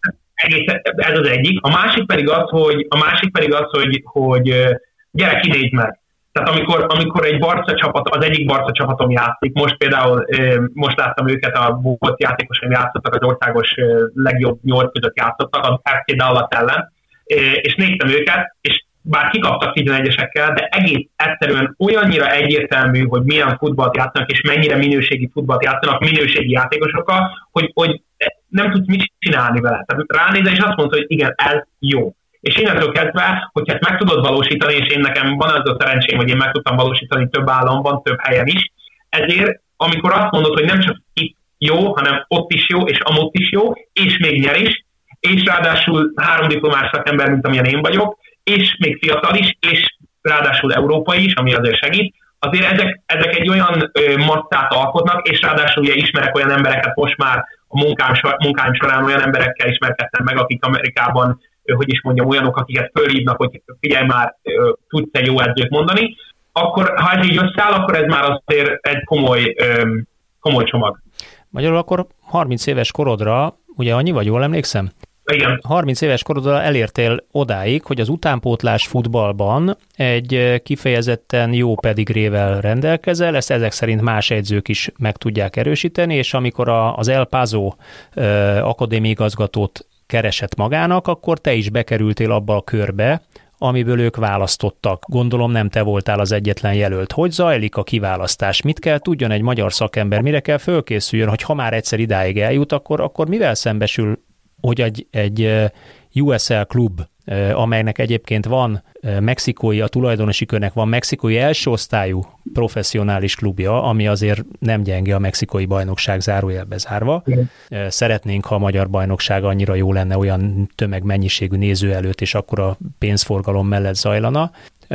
Ez az egyik. A másik pedig az, hogy, a másik pedig az, hogy, hogy gyerek, idézd meg. Tehát amikor, amikor egy Barca csapat, az egyik Barca csapatom játszik, most például, most láttam őket, a volt játékosaim játszottak, az országos legjobb nyolc között játszottak, az ef cé Dallas ellen, és néztem őket, és bár kikaptak tizenegyesekkel, de egész egyszerűen olyannyira egyértelmű, hogy milyen futballt játszanak, és mennyire minőségi futballt játszanak minőségi játékosokkal, hogy, hogy nem tudsz mit csinálni vele. Tehát ránézel, és azt mondta, hogy igen, ez jó. És innentől kezdve, hogyha ezt meg tudod valósítani, és én nekem van az a szerencsém, hogy én meg tudtam valósítani több államban, több helyen is, ezért amikor azt mondod, hogy nem csak itt jó, hanem ott is jó, és amott is jó, és még nyer is, és ráadásul három diplomás szakember, mint amilyen én vagyok, és még fiatal is, és ráadásul európai is, ami azért segít, azért ezek, ezek egy olyan ö, masszát alkotnak, és ráadásul ugye ismerek olyan embereket most már a munkám, munkám során olyan emberekkel ismerkedtem meg, akik Amerikában, ö, hogy is mondjam, olyanok, akiket fölhívnak, hogy figyelj már, ö, tudsz egy jó edzőt mondani, akkor ha ez így összeáll, akkor ez már azért egy komoly, ö, komoly csomag. Magyarul akkor harminc éves korodra, ugye annyi vagy, jól emlékszem? Igen. harminc éves korodra elértél odáig, hogy az utánpótlás futballban egy kifejezetten jó pedigrével rendelkezel, ezt ezek szerint más edzők is meg tudják erősíteni, és amikor a, az El Paso akadémiai igazgatót keresett magának, akkor te is bekerültél abba a körbe, amiből ők választottak. Gondolom nem te voltál az egyetlen jelölt. Hogy zajlik a kiválasztás? Mit kell tudjon egy magyar szakember? Mire kell fölkészüljön, hogy ha már egyszer idáig eljut, akkor, akkor mivel szembesül, hogy egy, egy u es el klub, amelynek egyébként van mexikói, a tulajdonosi körnek van mexikói első osztályú professzionális klubja, ami azért nem gyenge a mexikói bajnokság zárójelbe zárva. Igen. Szeretnénk, ha a magyar bajnokság annyira jó lenne, olyan tömegmennyiségű néző előtt, és akkor a pénzforgalom mellett zajlana.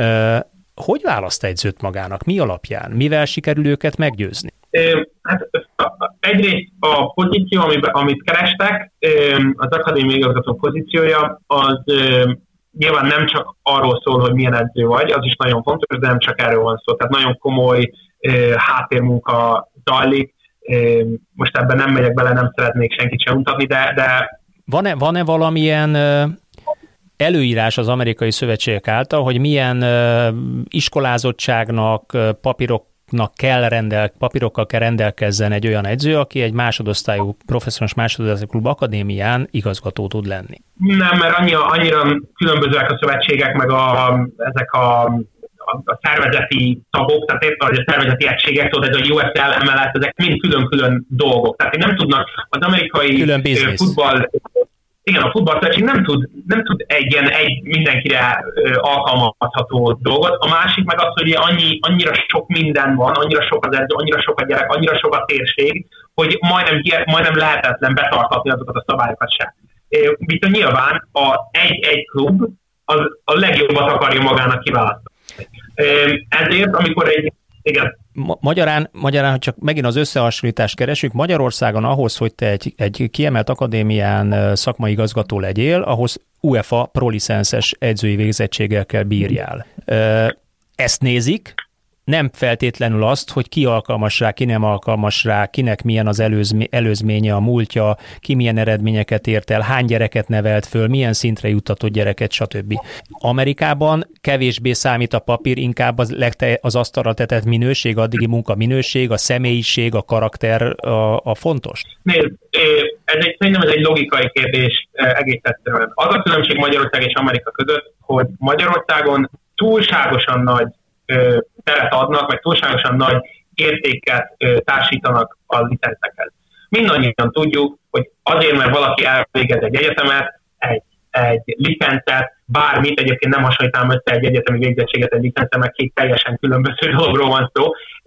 Hogy választ edzőt magának? Mi alapján? Mivel sikerül őket meggyőzni? Hát egyrészt a pozíció, amit kerestek, az akadémiai igazgató pozíciója, az nyilván nem csak arról szól, hogy milyen edző vagy, az is nagyon fontos, de nem csak erről van szó. Tehát nagyon komoly háttérmunka zajlik, Most ebben nem megyek bele, nem szeretnék senkit sem untatni, de... de... Van-e, van-e valamilyen előírás az amerikai szövetségek által, hogy milyen iskolázottságnak, papíroknak kell rendel, papírokkal kell rendelkezzen egy olyan edző, aki egy másodosztályú, professzionális másodosztályú klub akadémián igazgató tud lenni? Nem, mert annyira, annyira különbözőek a szövetségek, meg a, ezek a, a, a szervezeti tagok, tehát éppen, hogy a szervezeti egységek, tudod, ez a U S L, M L S, ezek mind külön-külön dolgok. Tehát nem tudnak az amerikai futball... Igen, a futballszövetség nem tud, nem tud egy ilyen egy mindenkire alkalmazható dolgot. A másik meg az, hogy annyi, annyira sok minden van, annyira sok az edző, annyira sok a gyerek, annyira sok a térség, hogy majdnem, majdnem lehetetlen betartatni azokat a szabályokat sem. Viszont nyilván a egy-egy klub az a legjobbat akarja magának kiválasztani. Ezért, amikor egy... Igen. Magyarán, magyarán, hogy csak megint az összehasonlítást keresünk, Magyarországon ahhoz, hogy te egy, egy kiemelt akadémián szakmai igazgató legyél, ahhoz UEFA prolicenszes edzői végzettséggel kell bírjál. Ezt nézik, nem feltétlenül azt, hogy ki alkalmas rá, ki nem alkalmas rá, kinek milyen az előzmé, előzménye, a múltja, ki milyen eredményeket ért el, hány gyereket nevelt föl, milyen szintre juttatott gyereket, stb. Amerikában kevésbé számít a papír, inkább az, legte, az asztalra tetett minőség, addigi munka minőség, a személyiség, a karakter a, a fontos? Nézd, ez egy, szerintem ez egy logikai kérdés egész egyszerűen. Az a különbség Magyarország és Amerika között, hogy Magyarországon túlságosan nagy teret adnak, vagy túlságosan nagy értéket társítanak a licencekhez. Mindannyian tudjuk, hogy azért, mert valaki elvégez egy egyetemet, egy, egy licencet, bármit, egyébként nem hasonlítanám össze egy egyetemi végzettséget egy licencet, mert két teljesen különböző dologról van szó,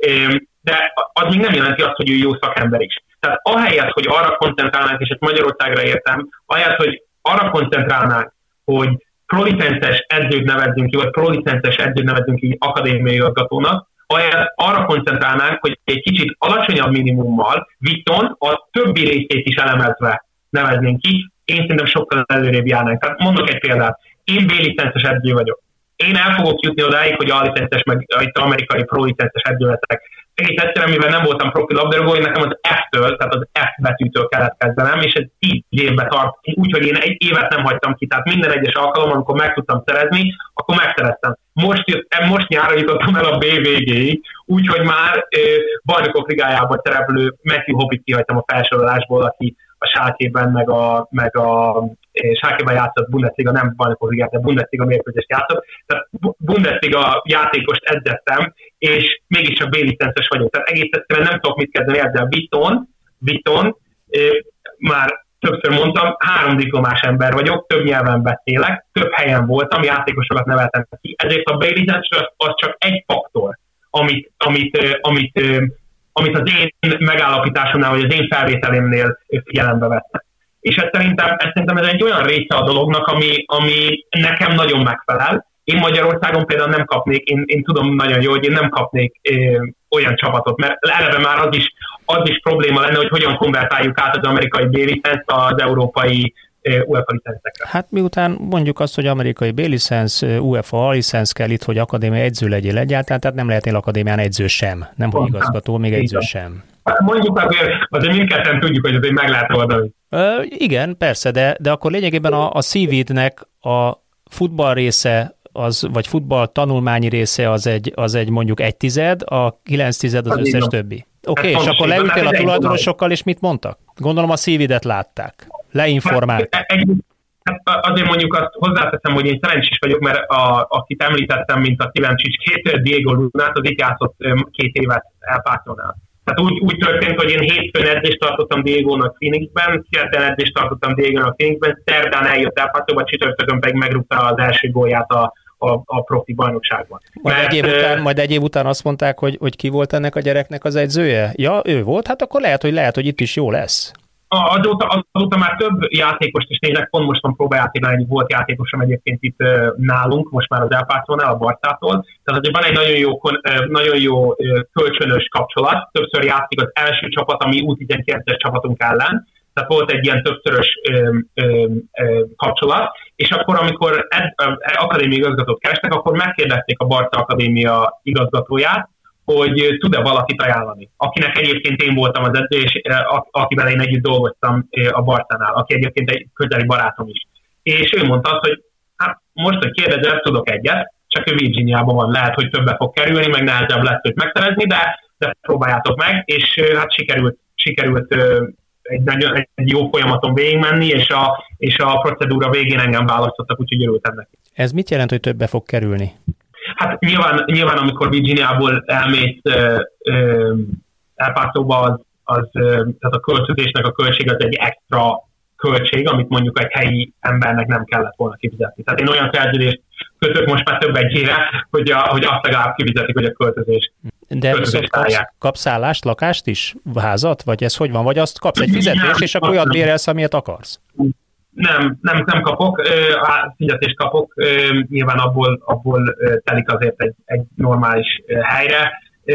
de az még nem jelenti azt, hogy ő jó szakember is. Tehát ahelyett, hogy arra koncentrálnánk, és ezt Magyarországra értem, ahelyett, hogy arra koncentrálnánk, hogy prolicences edzőt nevezzünk ki, vagy prolicences edzőt nevezzünk ki akadémiai igazgatónak, arra koncentrálnánk, hogy egy kicsit alacsonyabb minimummal, viszont a többi részét is elemezve neveznénk ki, én szerintem sokkal előrébb járnánk. Tehát mondok egy példát, én B-licences edző vagyok. Én el fogok jutni odáig, hogy A-licences, meg itt amerikai prolicences edző leszek. Egész egyszerűen, mivel nem voltam profi labdarúgó, én nekem az F-től, tehát az F betűtől kellett kezdenem, és ez tíz évbe tart, úgyhogy én egy évet nem hagytam ki, tehát minden egyes alkalom, amikor meg tudtam szerezni, akkor megszereztem. Most, most nyára jutottam el a B végéig, úgyhogy már e, bajnokok ligájában szereplő Matthew Hobbit kihagytam a felsorolásból, aki a Schalkében, meg a, meg a Schalkében játszott Bundesliga, nem bajnokok ligát, de Bundesliga mérkőzést játszott. Tehát Bundesliga játékost edzettem, és mégiscsak B-licences vagyok. Tehát egész egyszerűen nem tudok mit kezdeni ezzel. Viszont, viszont e, már többször mondtam, három diplomás ember vagyok, több nyelven beszélek, több helyen voltam, játékosokat neveltem ki. Ezért a B-licences az csak egy faktor, amit, amit, amit, amit az én megállapításomnál, vagy az én felvételémnél figyelembe vettek. És ez szerintem, ez szerintem ez egy olyan része a dolognak, ami, ami nekem nagyon megfelel. Én Magyarországon például nem kapnék, én, én tudom nagyon jó, hogy én nem kapnék ö, olyan csapatot, mert eleve már az is, az is probléma lenne, hogy hogyan konvertáljuk át az amerikai B-licenzt az európai ö, UEFA licencekre. Hát miután mondjuk azt, hogy amerikai B-licensz, UEFA A-licensz kell itt, hogy akadémiai edző legyél egyáltalán, tehát nem lehetnél akadémián edző sem, nem hogy igazgató, még edző sem. Hát mondjuk azért, azért mindketten tudjuk, hogy azért meg lehet oldani. Ö, igen, persze, de, de akkor lényegében a, a cé vé-nek a futball része, az, vagy futball tanulmányi része az egy, az egy mondjuk egy tized, a kilenc tized az, az összes többi. Oké, okay, és akkor leültél a tulajdonosokkal, és mit mondtak? Gondolom a cé vé-det látták. Leinformáltak. Hát, egy, azért mondjuk azt hozzáteszem, hogy én szerencsés vagyok, mert a, akit említettem, mint a szívem csicskét, Diego Lunát, az itt játszott két évet El Pasónál. Tehát úgy, úgy történt, hogy én hétfőn edzést tartottam Diegónak Phoenixben, szerdán edzést tartottam Diegónak Phoenixben, szerdán eljött El Pasóba, csütörtökön pedig megrúgta az első gólját a A, a profi bajnokságban. Majd, Mert, egy év után, majd egy év után azt mondták, hogy, hogy ki volt ennek a gyereknek az edzője? Ja, ő volt? Hát akkor lehet, hogy lehet, hogy itt is jó lesz. Azóta, azóta már több játékost is nézek, pont most van próbajátéknál, egy volt játékosom egyébként itt nálunk, most már az El Pasónál, a Barcától. Tehát azért van egy nagyon jó, nagyon jó kölcsönös kapcsolat. Többször játszik az első csapat, ami U tizenkilences csapatunk ellen. Tehát volt egy ilyen többszörös ö, ö, ö, kapcsolat, és akkor, amikor ed, ö, akadémiai igazgatót kerestek, akkor megkérdezték a Barca Akadémia igazgatóját, hogy tud-e valakit ajánlani, akinek egyébként én voltam az edző, és akivel én együtt dolgoztam a Barcánál, aki egyébként egy közeli barátom is. És ő mondta azt, hogy hát most, hogy kérdezel, tudok egyet, csak ő Virginiában van, lehet, hogy többe fog kerülni, meg nehezebb lesz őt megszerezni, de, de próbáljátok meg, és hát sikerült, sikerült egy, nagyon, egy jó folyamaton végigmenni, és a, és a procedúra végén engem választottak, úgyhogy örültem neki. Ez mit jelent, hogy többe fog kerülni? Hát nyilván, nyilván amikor Virginiából elmész El Pasóba, az, az, tehát a költözésnek a költség az egy extra költség, amit mondjuk egy helyi embernek nem kellett volna kifizetni. Tehát én olyan szerződést kötök most már több egy éve, hogy, a, hogy azt legalább kifizetik, hogy a költözés. De viszont kapsz, kapsz állást, lakást is, házat? Vagy ez hogy van? Vagy azt kapsz egy fizetést, és akkor olyat bérelsz, amilyet akarsz? Nem, nem, nem kapok, fizetést kapok, nyilván abból, abból telik azért egy, egy normális helyre.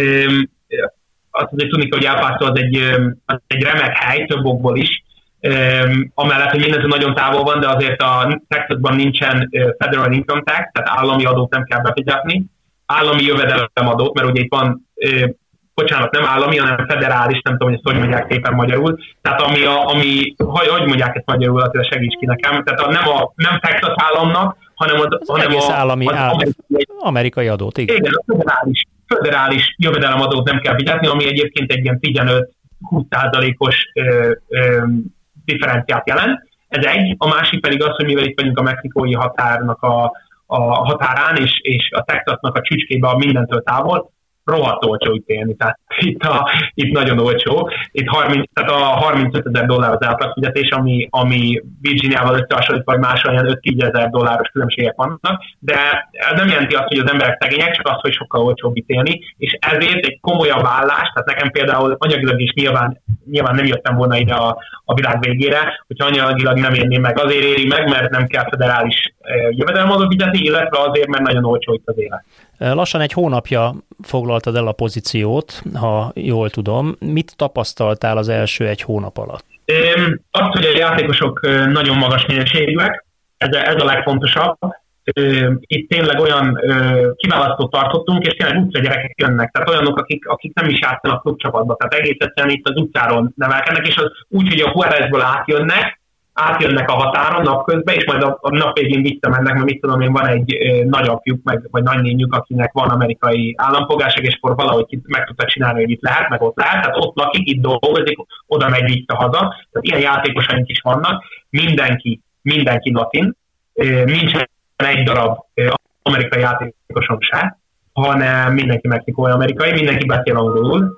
Azt azért tudni, hogy El Paso az egy, az egy remek hely, több okból is, amellett, hogy mindez nagyon távol van, de azért a Texasban nincsen federal income tax, tehát állami adót nem kell befizetni, állami jövedelemadót, mert ugye itt van, bocsánat, nem állami, hanem federális, nem tudom, hogy ezt hogy mondják éppen magyarul. Tehát ami, a, ami hogy, hogy mondják ezt magyarul, azért segíts ki nekem. Tehát a, nem, a, nem Texas államnak, hanem az, az hanem egész a, állami, az áll, amerikai, amerikai adót. Igen, igen a federális, federális jövedelemadót nem kell fizetni, ami egyébként egy ilyen tizenöt-húsz százalékos differenciát jelent. Ez egy. A másik pedig az, hogy mivel itt vagyunk a mexikói határnak a, a határán, és, és a Texasnak a csücskébe mindentől távol, rohadt olcsó itt élni, tehát itt, a, itt nagyon olcsó. Itt harminc, tehát a harmincöt ezer dollár az átlagfizetés, ami, ami Virginiával összehasonlítva, vagy máshol ilyen öt-tíz ezer dolláros különbségek vannak, de ez nem jelenti azt, hogy az emberek szegények, csak azt, hogy sokkal olcsóbb itt élni, és ezért egy komolyabb állás, tehát nekem például anyagilag is nyilván, nyilván nem jöttem volna ide a, a világ végére, hogyha anyagilag nem érném meg, azért éri meg, mert nem kell federális jövedelemadót fizetni, illetve azért, mert nagyon olcsó itt az élet. Lassan egy hónapja foglaltad el a pozíciót, ha jól tudom. Mit tapasztaltál az első egy hónap alatt? Azt, hogy a játékosok nagyon magas minőségűek, ez, ez a legfontosabb. Itt tényleg olyan kiválasztót tartottunk, és tényleg utca gyerekek jönnek, tehát olyanok, akik, akik nem is játszanak klubcsapatba, tehát egész egyszerűen itt az utcáron nevelkednek, és az úgy, hogy a Juárezből átjönnek, átjönnek a határon napközben, és majd a, a nap végén visszamennek, mert mit tudom én, van egy e, nagyapjuk, meg, vagy nagynényük, akinek van amerikai állampolgárság, és akkor valahogy meg tudta csinálni, hogy itt lehet, meg ott lehet, tehát ott lakik, itt dolgozik, oda megy vissza-haza, tehát ilyen játékosaink is vannak, mindenki, mindenki latin, e, nincsen egy darab e, amerikai játékosom se, hanem mindenki mexikói-amerikai, mindenki beszél angolul,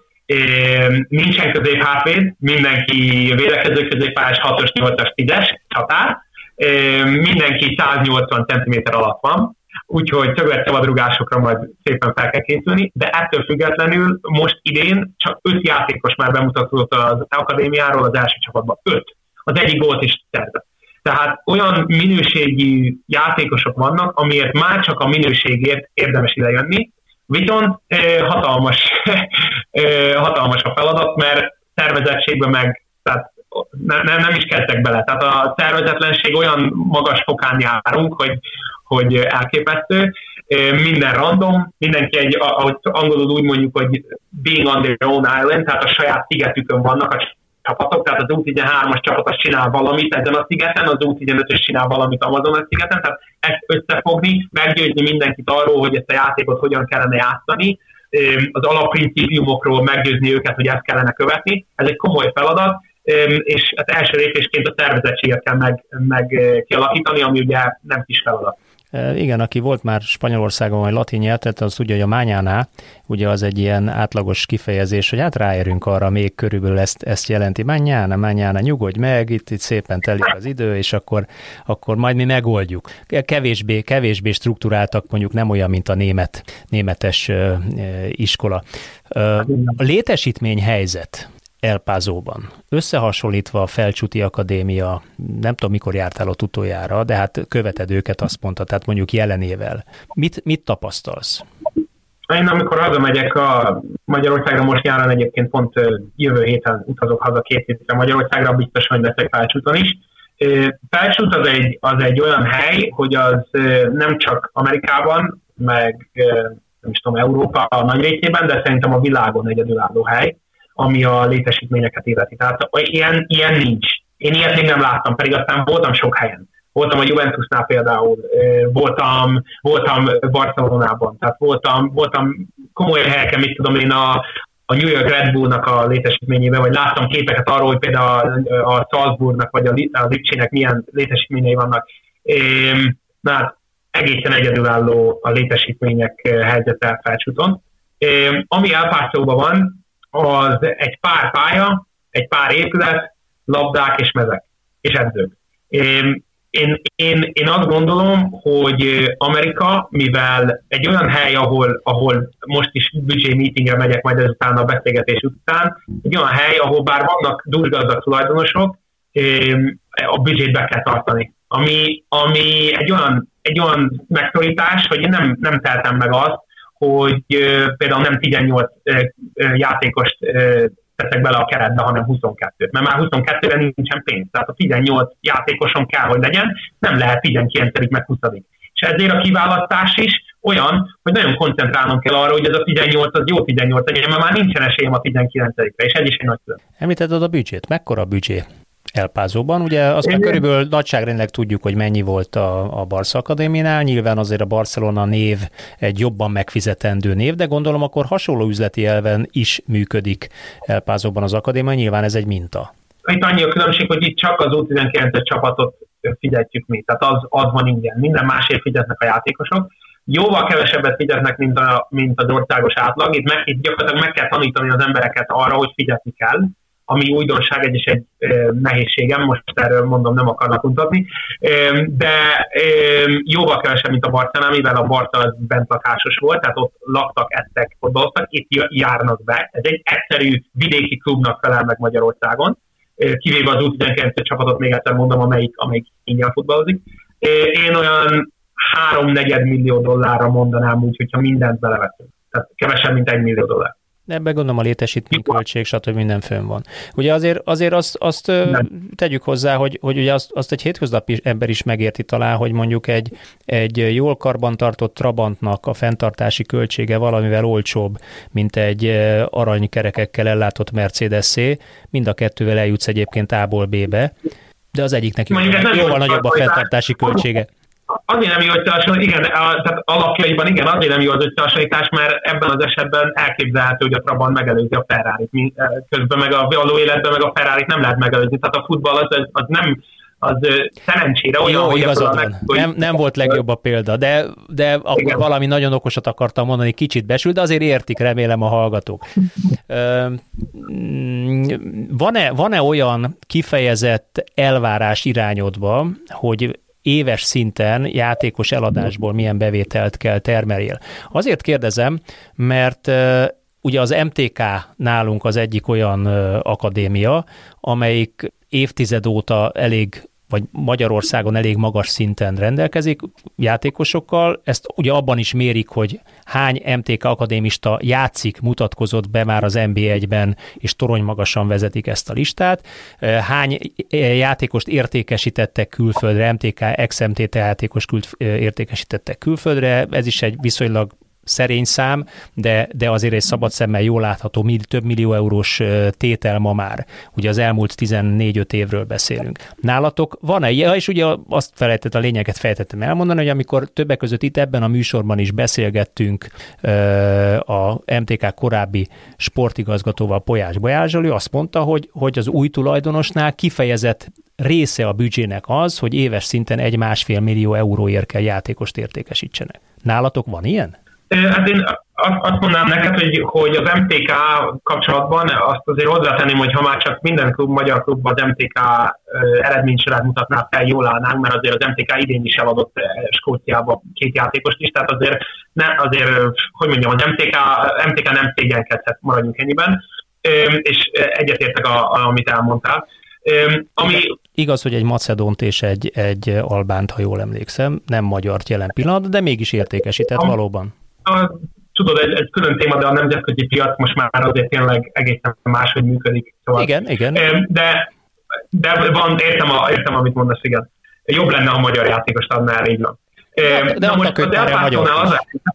nincsen középhátvéd, mindenki védekező középpályás hatos, nyolcas, tízes csatár, mindenki száznyolcvan centiméter alatt van, úgyhogy többet szabadrugásokra majd szépen fel kell készülni, de ettől függetlenül most idén csak öt játékos már bemutatott az akadémiáról az első csapatban. Öt. Az egyik gólt is szerzett. Tehát olyan minőségi játékosok vannak, amiért már csak a minőségért érdemes idejönni, viszont hatalmas, hatalmas a feladat, mert szervezettségben meg tehát nem, nem is kezdtek bele. Tehát a szervezetlenség olyan magas fokán járunk, hogy, hogy elképesztő. Minden random, mindenki egy, ahogy angolul úgy mondjuk, hogy being on their own island, tehát a saját szigetükön vannak a csapatok, tehát az U tizenhármas csapat az csinál valamit ezen a szigeten, az U tizenötös csinál valamit Amazon a szigeten, tehát ezt összefogni, meggyőzni mindenkit arról, hogy ezt a játékot hogyan kellene játszani, az alapprincípiumokról meggyőzni őket, hogy ezt kellene követni. Ez egy komoly feladat, és az első lépésként a szervezettséget kell meg, meg kialakítani, ami ugye nem kis feladat. Igen, aki volt már Spanyolországon vagy latin nyelvet, az tudja, hogy a mañana, ugye az egy ilyen átlagos kifejezés, hogy hát ráérünk arra, még körülbelül ezt, ezt jelenti. Mañana, mañana, nyugodj meg, itt, itt szépen telik az idő, és akkor, akkor majd mi megoldjuk. Kevésbé, kevésbé struktúráltak, mondjuk nem olyan, mint a német, németes uh, iskola. Uh, a létesítmény helyzet El Pasóban. Összehasonlítva a Felcsúti Akadémia, nem tudom, mikor jártál ott utoljára, de hát követed őket, azt mondta, tehát mondjuk jelenével. Mit, mit tapasztalsz? Én amikor hazamegyek a Magyarországra, most nyáron egyébként pont jövő héten utazok haza két hétre Magyarországra, biztos, hogy leszek Felcsúton is. Felcsút az egy, az egy olyan hely, hogy az nem csak Amerikában, meg nem is tudom, Európa a nagy részében, de szerintem a világon egyedülálló hely, ami a létesítményeket illeti. Tehát ilyen, ilyen nincs. Én ilyet még nem láttam, pedig aztán voltam sok helyen. Voltam a Juventusnál például, voltam, voltam Barcelonában, tehát voltam, voltam komoly helyeken, mit tudom én, a, a New York Red Bullnak a létesítményében, vagy láttam képeket arról, hogy például a, a Salzburgnak, vagy a Lipcsének milyen létesítményei vannak. Na hát egészen egyedülálló a létesítmények helyzete Felcsúton. Ami El Pasóban van, az egy pár pálya, egy pár épület, labdák és mezek, és edzők. Én, én, én azt gondolom, hogy Amerika, mivel egy olyan hely, ahol, ahol most is budget meetingre megyek majd ezután a beszélgetés után, egy olyan hely, ahol bár vannak durgazdag tulajdonosok, a budget be kell tartani. Ami, ami egy olyan, egy olyan megszorítás, hogy én nem, nem teltem meg azt, hogy például nem tizennyolc játékost teszek bele a keretbe, hanem huszonkettőt. Mert már huszonkettőre nincsen pénz. Tehát a tizennyolc játékoson kell, hogy legyen, nem lehet tizenkilencedik meg huszadik. És ezért a kiválasztás is olyan, hogy nagyon koncentrálnom kell arra, hogy ez a tizennyolc az jó tizennyolc legyen, mert már nincsen esélyem a tizenkilencedikre, és ez is egy nagy külön. Említetted a büdzsét. Mekkora a büdzsé El Pasóban? Ugye azt már körülbelül nagyságrendileg tudjuk, hogy mennyi volt a, a Barca Akadémiánál. Nyilván azért a Barcelona név egy jobban megfizetendő név, de gondolom akkor hasonló üzleti elven is működik El Pasóban az akadémia. Nyilván ez egy minta. Itt annyi a különbség, hogy itt csak az U tizenkilences csapatot fizetjük mi. Tehát az, az van ingyen. Minden másért fizetnek a játékosok. Jóval kevesebbet fizetnek, mint, a, mint az országos átlag. Itt, meg, itt gyakorlatilag meg kell tanítani az embereket arra, hogy fizetni kell, ami újdonság, egy is egy e, nehézségem, most erről mondom, nem akarnak mutatni, e, de e, jóval kevesebb, mint a Barcánál, mivel a Barca az bentlakásos volt, tehát ott laktak, ettek, fotbaloztak, itt járnak be. Ez egy egyszerű vidéki klubnak felel meg Magyarországon, e, kivéve az U tizenkilences csapatot, még egyszer mondom, amelyik, amelyik ingyen futballozik. E, én olyan három-negyed millió dollárra mondanám úgy, hogyha mindent beleveszünk. Tehát kevesebb, mint egy millió dollár. De ebben gondolom a létesítményköltség, stb. Minden fönn van. Ugye azért, azért azt, azt tegyük hozzá, hogy, hogy ugye azt, azt egy hétköznapi ember is megérti talán, hogy mondjuk egy, egy jól karbantartott Trabantnak a fenntartási költsége valamivel olcsóbb, mint egy aranykerekekkel ellátott Mercedes-é. Mind a kettővel eljutsz egyébként A-ból B-be, de az egyiknek jóval, jóval nagyobb a fenntartási költsége. Azért nem jó összehasonlítás, igen, a, tehát alapjaiban igen, azért nem jó az összehasonlítás, mert ebben az esetben elképzelhető, hogy a Trabant megelőzi a Ferrarit. Közben meg a való életben meg a Ferrarit nem lehet megelőzni. Tehát a futball az, az nem, az szerencsére olyan, jó, hogy... igazad van. Hogy... Nem, nem volt legjobb a példa, de, de akkor igen. Valami nagyon okosat akartam mondani, kicsit besült, de azért értik, remélem a hallgatók. Van-e, van-e olyan kifejezett elvárás irányodba, hogy éves szinten játékos eladásból milyen bevételt kell termeljél? Azért kérdezem, mert uh, ugye az em té ká nálunk az egyik olyan uh, akadémia, amelyik évtized óta elég, vagy Magyarországon elég magas szinten rendelkezik játékosokkal. Ezt ugye abban is mérik, hogy hány em té ká akadémista játszik, mutatkozott be már az en bé egyben, és torony magasan vezetik ezt a listát. Hány játékost értékesítettek külföldre, em té ká, ex-em té té játékos küld, értékesítettek külföldre. Ez is egy viszonylag szerény szám, de, de azért egy szabad szemmel jól látható, több millió eurós tétel ma már. Ugye az elmúlt tizennégy-öt évről beszélünk. Nálatok van-e? Ja, és ugye azt felejtett, a lényeget fejtettem elmondani, hogy amikor többek között itt ebben a műsorban is beszélgettünk a em té ká korábbi sportigazgatóval, Polyás Balázsral, ő azt mondta, hogy, hogy az új tulajdonosnál kifejezett része a büdzsének az, hogy éves szinten egy-másfél millió euróért kell játékost értékesítsenek. Nálatok van ilyen? Hát én azt mondanám neked, hogy, hogy az em té ká kapcsolatban azt azért hozzátenném, hogy ha már csak minden klub, magyar klubban az em té ká eredménysorát mutatná fel, jól állnánk, mert azért az em té ká idén is eladott Skóciába két játékost is, tehát azért, ne, azért hogy mondjam, az em té ká, em té ká nem szégyenkedhet, maradjunk ennyiben, és egyetértek, a, a, amit elmondtál. Ami... Igaz, hogy egy macedónt és egy, egy albánt, ha jól emlékszem, nem magyart jelen pillanat, de mégis értékesített a... valóban. A, tudod, egy, egy külön téma, de a nemzetközi piac most már azért tényleg egészen máshogy működik. Szóval, igen, igen. De, de van, értem, a, értem, amit mondasz, igen. Jobb lenne, ha magyar játékost adnál, így van. De, de Na most az El Pasónál az,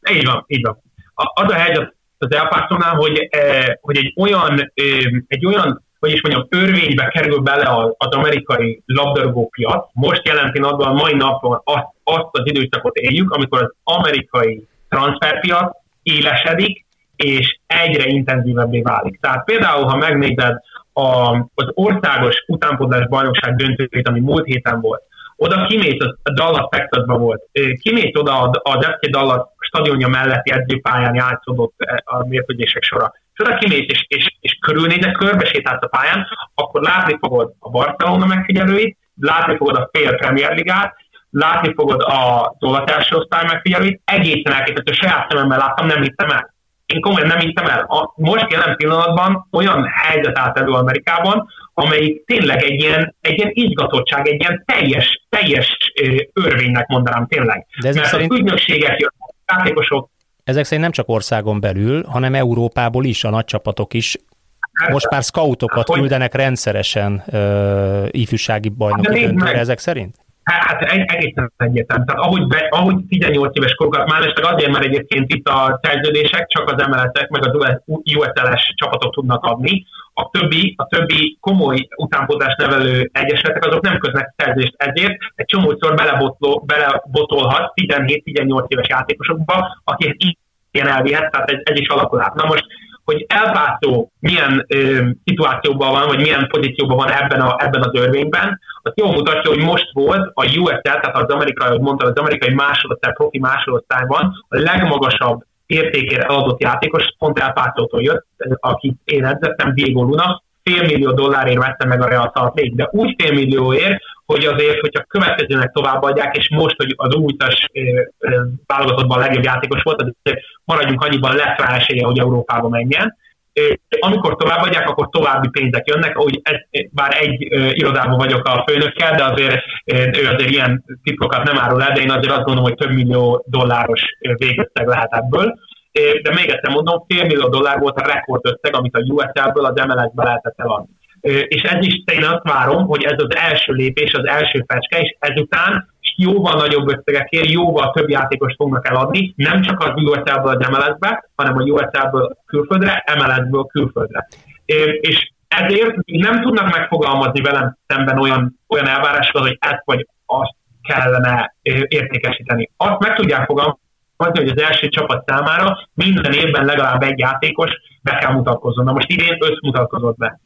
Így van, így van. Az a helyzet az El Pasónál, hogy, hogy egy olyan, egy olyan, hogy is mondjam, örvénybe kerül bele az amerikai labdarúgó piac. Most jelen pillanatban, mai napon azt, azt az időszakot éljük, amikor az amerikai transferpiac élesedik, és egyre intenzívebbé válik. Tehát például, ha megnézed a, az országos utánpótlás bajnokság döntőjét, ami múlt héten volt, oda kimész, a Dallas Texasban volt, kimész oda az ef cé Dallas stadionja melletti edzőpályán játszódott a mérkőzések sora, és oda kimész, és, és, és körülnézek, körbesétálsz a pályán, akkor látni fogod a Barcelona megfigyelőit, látni fogod a fél Premier Ligát, látni fogod a olasz első osztály megfigyelőit, egészen elképesztő, saját szememmel láttam, nem hittem el. Én komolyan nem hittem el. A, most jelen pillanatban olyan helyzet állt elő Amerikában, amelyik tényleg egy ilyen, egy ilyen izgatottság, egy ilyen teljes, teljes örvénynek mondanám tényleg. De ezek Mert szerint... az ügynökségek jönnek, játékosok. Ezek szerint nem csak országon belül, hanem Európából is, a nagy csapatok is. Most már scoutokat hogy... küldenek rendszeresen uh, ifjúsági bajnoki döntőre ezek szerint? Hát egészen egyértelmű. Tehát ahogy, be, ahogy tizennyolc éves korokat, már csak azért, mert egyébként itt a szerződések csak az em el es-ek, meg az u es el-es csapatok tudnak adni. A többi, a többi komoly utánpótlás nevelő egyesületek, azok nem köznek szerződést, ezért egy csomószor belebotolhat tizenhét-tizennyolc éves játékosokba, akik ilyen elvihet, tehát ez, ez is alakul át. Na most, hogy El Paso milyen ö, szituációban van, vagy milyen pozícióban van ebben, a, ebben az örvényben, az jól mutatja, hogy most volt a u es el, tehát az amerikai, ahogy mondtam, az amerikai másodosztály, profi másodosztályban a legmagasabb értékére eladott játékos, pont El Pasótól jött, akit én edzettem, Diego Luna, félmillió dollárért vette meg a Real Salt Lake, de úgy félmillióért, hogy azért, hogyha következőnek továbbadják, és most, hogy az újtas válogatottban a legjobb játékos volt, azért maradjunk annyiban, lesz rá esélye, hogy Európába menjen. Amikor továbbadják, akkor további pénzek jönnek, ahogy ez, bár egy irodában vagyok a főnökkel, de azért ő azért ilyen titkokat nem árul el, de én azért azt gondolom, hogy több millió dolláros végösszeg lehet ebből. De még egyszer mondom, fél millió dollár volt a rekordösszeg, amit a u es el-ből az em el es-be lehetett eladni. És ez is én azt várom, hogy ez az első lépés, az első fecske, és ezután jóval nagyobb összegekért, jóval több játékost fognak eladni, nem csak az u es el-ből az em el es-be, hanem a u es el-ből külföldre, em el es-ből külföldre. És ezért nem tudnak megfogalmazni velem szemben olyan, olyan elvárásokat, hogy ezt vagy azt kellene értékesíteni. Azt meg tudják fogalmazni, hogy az első csapat számára minden évben legalább egy játékos be kell mutatkozzon. Na most idén öt mutatkozott be.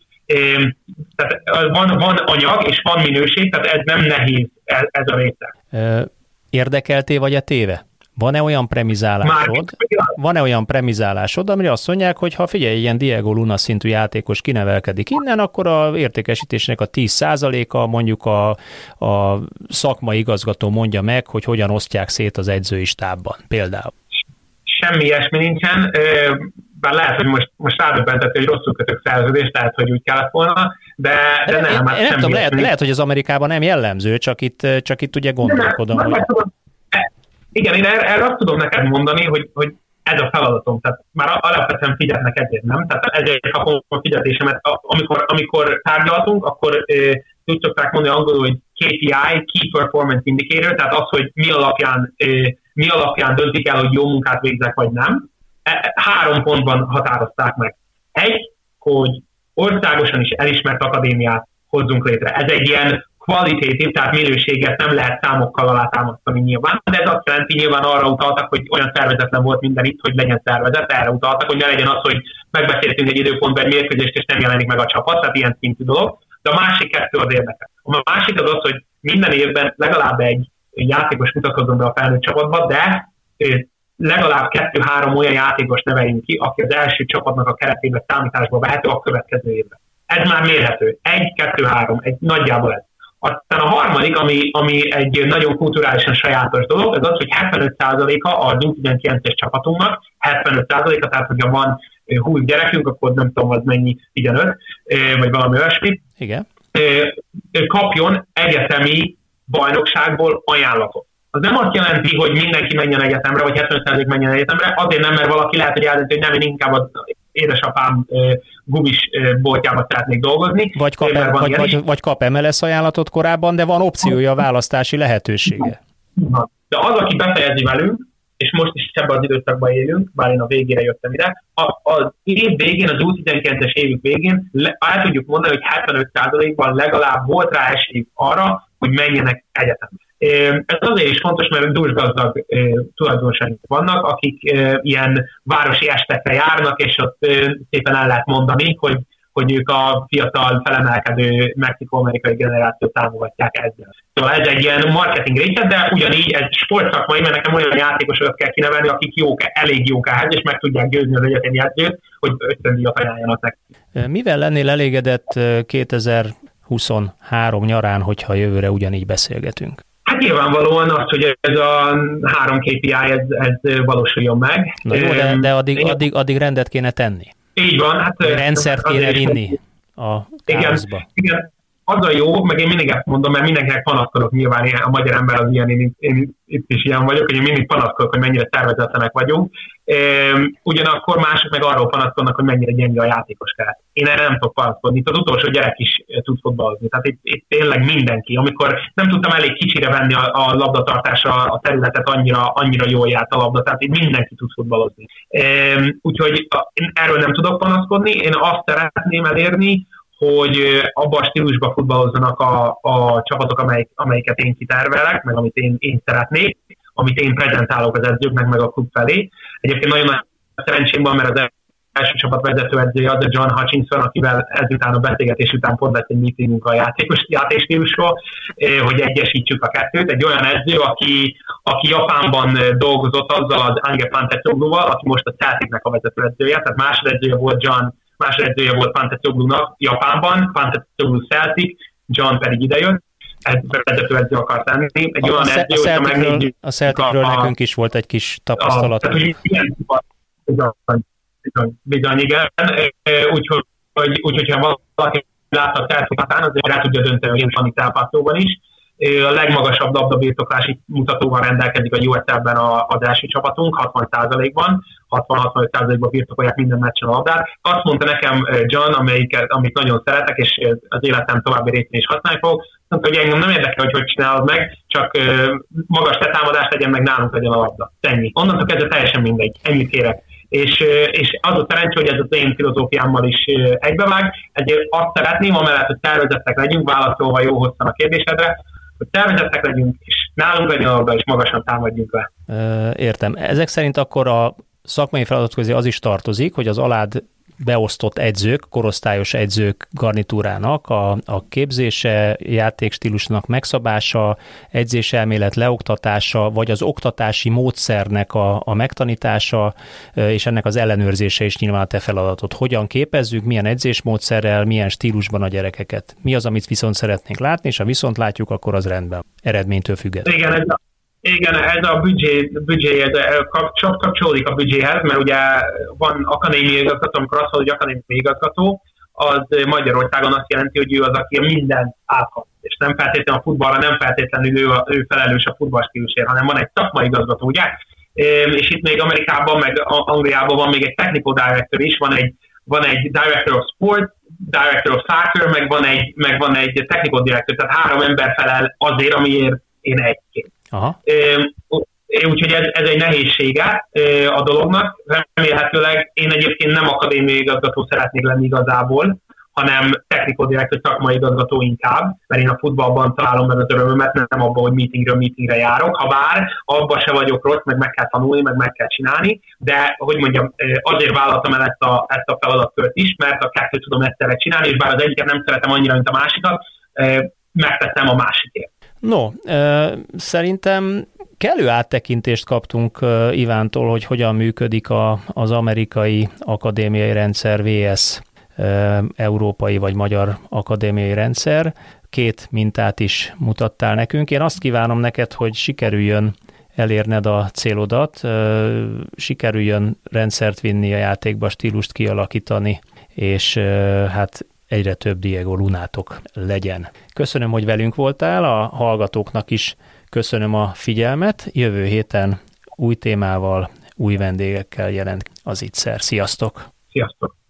Tehát van, van anyag és van minőség, tehát ez nem nehéz ez, ez a része. Érdekelté vagy a téve? Van-e olyan premizálásod, van-e olyan premizálásod, amire azt mondják, hogy ha figyelj, ilyen Diego Luna szintű játékos kinevelkedik innen, akkor a értékesítésnek a tíz százaléka mondjuk a, a szakmai igazgató mondja meg, hogy hogyan osztják szét az edzői stábban például. Semmi ilyesmi nincsen, bár lehet, hogy most, most rádöbbentett, hogy rosszul kötök szerződést, tehát, hogy úgy kellett volna, de, de nem. Én, hát én nem tudom, lehet, lehet, hogy az Amerikában nem jellemző, csak itt, csak itt ugye gondolkodom, nem, hogy... Tudom, igen, én erre, erre azt tudom neked mondani, hogy, hogy ez a feladatom, tehát már alapvetően figyelnek ezért, nem? Tehát ezért kapom a fizetésemet. Amikor, amikor tárgyaltunk, akkor eh, úgy szokták mondani angolul, hogy ká pé i, Key Performance Indicator, tehát az, hogy mi alapján, eh, mi alapján döntik el, hogy jó munkát végzek, vagy nem. Három pontban határozták meg. Egy, hogy országosan is elismert akadémiát hozzunk létre. Ez egy ilyen kvalitatív, tehát minőséget nem lehet számokkal alátámasztani nyilván, de ez azt jelenti, nyilván arra utaltak, hogy olyan szervezetlen volt minden itt, hogy legyen szervezet, erre utaltak, hogy ne legyen az, hogy megbeszéltünk egy időpontban egy mérkőzést, és nem jelenik meg a csapat, tehát ilyen szintű dolog. De a másik kettő az érdekes. A másik az az, hogy minden évben legalább egy játékos mutatkozzon be a felnőtt csapatba, de legalább kettő-három olyan játékos neveljünk ki, aki az első csapatnak a keretében számításba vehető a következő évben. Ez már mérhető. Egy, kettő, három, egy nagyjából ez. Aztán a harmadik, ami, ami egy nagyon kulturálisan sajátos dolog, az az, hogy hetvenöt százaléka az U tizenkilences csapatunknak, hetvenöt százaléka, tehát hogyha van húsz gyerekünk, akkor nem tudom, az mennyi, tizenöt, vagy valami olyasmi, igen, kapjon egyetemi bajnokságból ajánlatot. Az nem azt jelenti, hogy mindenki menjen egyetemre, vagy hetvenöt százalék menjen egyetemre, azért nem, mert valaki lehet, hogy eldönti, hogy nem, én inkább az édesapám gumis boltjában szeretnék dolgozni. Vagy kap, el, vagy, vagy, vagy kap em el es ajánlatot korábban, de van opciója a választási lehetősége. De az, aki befejezi velünk, és most is ebben az időszakban élünk, bár én a végére jöttem ide, a, az év végén, az U tizenkilences évük végén le, el tudjuk mondani, hogy hetvenöt százalékban legalább volt rá esély arra, hogy menjenek egyetemre. Ez azért is fontos, mert dúsgazdag tulajdonosok vannak, akik ilyen városi estekre járnak, és ott szépen el lehet mondani, hogy, hogy ők a fiatal, felemelkedő mexikó-amerikai generációt támogatják ezzel. Szóval ez egy ilyen marketing része, de ugyanígy ez sportszakmai, mert nekem olyan játékosokat kell kinevelni, akik jók, elég jók ehhez, és meg tudják győzni az egyetemi edzőt, hogy ösztöndíjat ajánljanak neki. Mivel lennél elégedett kétezer-huszonhárom nyarán, hogyha jövőre ugyanígy beszélgetünk? Hát nyilvánvalóan az, hogy ez a három ká pé i ez, ez valósuljon meg. Na jó, de, de addig, addig, addig rendet kéne tenni. Így van. Hát, rendszert kéne vinni a káoszba. Igen, igen, az a jó, meg én mindig ezt mondom, mert mindenkinek panaszkodok, nyilván a magyar ember az ilyen, én, én itt is ilyen vagyok, hogy én mindig panaszkodok, hogy mennyire szervezetlenek vagyunk. Ugyanakkor mások meg arról panaszkodnak, hogy mennyire gyenge a játékos keret. Én erre nem tudok panaszkodni. Itt az utolsó gyerek is tud fotballozni. Tehát itt, itt tényleg mindenki. Amikor nem tudtam elég kicsire venni a, a labdatartásra a területet, annyira, annyira jól járt a labda, tehát itt mindenki tud fotballozni. Úgyhogy én erről nem tudok panaszkodni. Én azt szeretném elérni, hogy abban a stílusban futballozzanak a, a csapatok, amelyik, amelyiket én kitervelek, meg amit én, én szeretnék, amit én prezentálok az edzőknek, meg a klub felé. Egyébként nagyon nagy szerencsém van, mert az első csapat vezetőedzője az a John Hutchinson, akivel ezután a beszélgetés után pont lett egy meetingünk a játékos játékstílusról, hogy egyesítsük a kettőt. Egy olyan edző, aki, aki Japánban dolgozott azzal az Ange Postecoglouval, aki most a Celticnek a vezetőedzője, tehát másodedzője volt John másodedzője volt Postecoglou-nak Japánban, Postecoglou Celtic, John pedig idejött, ez vezetőedző akart lenni. Egy olyan a, edző, a Celticről, a Celticről a, nekünk is volt egy kis tapasztalat. Bizony, bizony, bizony, igen. Úgyhogy, úgyhogy ha valaki látta a Celtic-atán, azért rá tudja dönteni, hogy én van itt elpászlóban is. A legmagasabb labdabirtoklási mutatóval rendelkezik a U S L-ben az első csapatunk, hatvan százalékban, hatvan-hatvanöt százalékban birtokolják minden meccsen a labdát. Azt mondta nekem John, amelyiket, amit nagyon szeretek, és az életem további részén is használni fogok, mondta, hogy engem nem érdekel, hogy hogy csinálod meg, csak magas letámadást legyen, meg nálunk legyen a labda. Ennyi. Onnantól kezdve teljesen mindegy. Ennyit kérek. És, és az a szerencsé, hogy ez az én filozófiámmal is egybevág, ezért azt szeretném, amellett, hogy tervezettek legyünk, válaszolva jó hosszan a kérdésedre, hogy tervezettek legyünk, és nálunk legyen a labda, és magasan támadjunk le. Értem. Ezek szerint akkor a szakmai feladat közé az is tartozik, hogy az alád beosztott edzők, korosztályos edzők garnitúrának a, a képzése, játékstílusnak megszabása, edzéselmélet leoktatása, vagy az oktatási módszernek a, a megtanítása, és ennek az ellenőrzése is nyilván a te feladatod. Hogyan képezzük, milyen edzésmódszerrel, milyen stílusban a gyerekeket. Mi az, amit viszont szeretnénk látni, és ha viszont látjuk, akkor az rendben. Eredménytől függetlenül. Igen, ez a, igen, ez a büdzsé, büdzsé ez kap, kapcsolódik a büdzséhez, mert ugye van akadémiai igazgató, amikor azt mondja, hogy akadémiai igazgató, az Magyarországon azt jelenti, hogy ő az, aki minden áthat. És nem feltétlenül a futballra, nem feltétlenül ő, a, ő felelős a futballstílusért, hanem van egy szakmai igazgató, ugye? És itt még Amerikában, meg Angliában van még egy technical director is, van egy, van egy director of sport, director of soccer, meg van egy, meg van egy technical director, tehát három ember felel azért, amiért én egyként. Aha. Úgyhogy ez, ez egy nehézsége a dolognak. Remélhetőleg én egyébként nem akadémiai igazgató szeretnék lenni igazából, hanem technical director, szakmai igazgató inkább, mert én a futballban találom meg az örömömet, nem abban, hogy meetingről meetingre járok, ha bár abban se vagyok rossz, meg meg kell tanulni, meg meg kell csinálni, de hogy mondjam, azért vállaltam el ezt a, ezt a feladatkört is, mert a kettőt tudom egyszerre csinálni, és bár az egyiket nem szeretem annyira, mint a másikat, megtettem a másikért. No, szerintem kellő áttekintést kaptunk Ivántól, hogy hogyan működik a, az amerikai akadémiai rendszer versus európai vagy magyar akadémiai rendszer. Két mintát is mutattál nekünk. Én azt kívánom neked, hogy sikerüljön elérned a célodat, sikerüljön rendszert vinni a játékba, stílust kialakítani, és hát egyre több Diego Lunátok legyen. Köszönöm, hogy velünk voltál, a hallgatóknak is köszönöm a figyelmet. Jövő héten új témával, új vendégekkel jelent az Ittszer. Sziasztok! Sziasztok!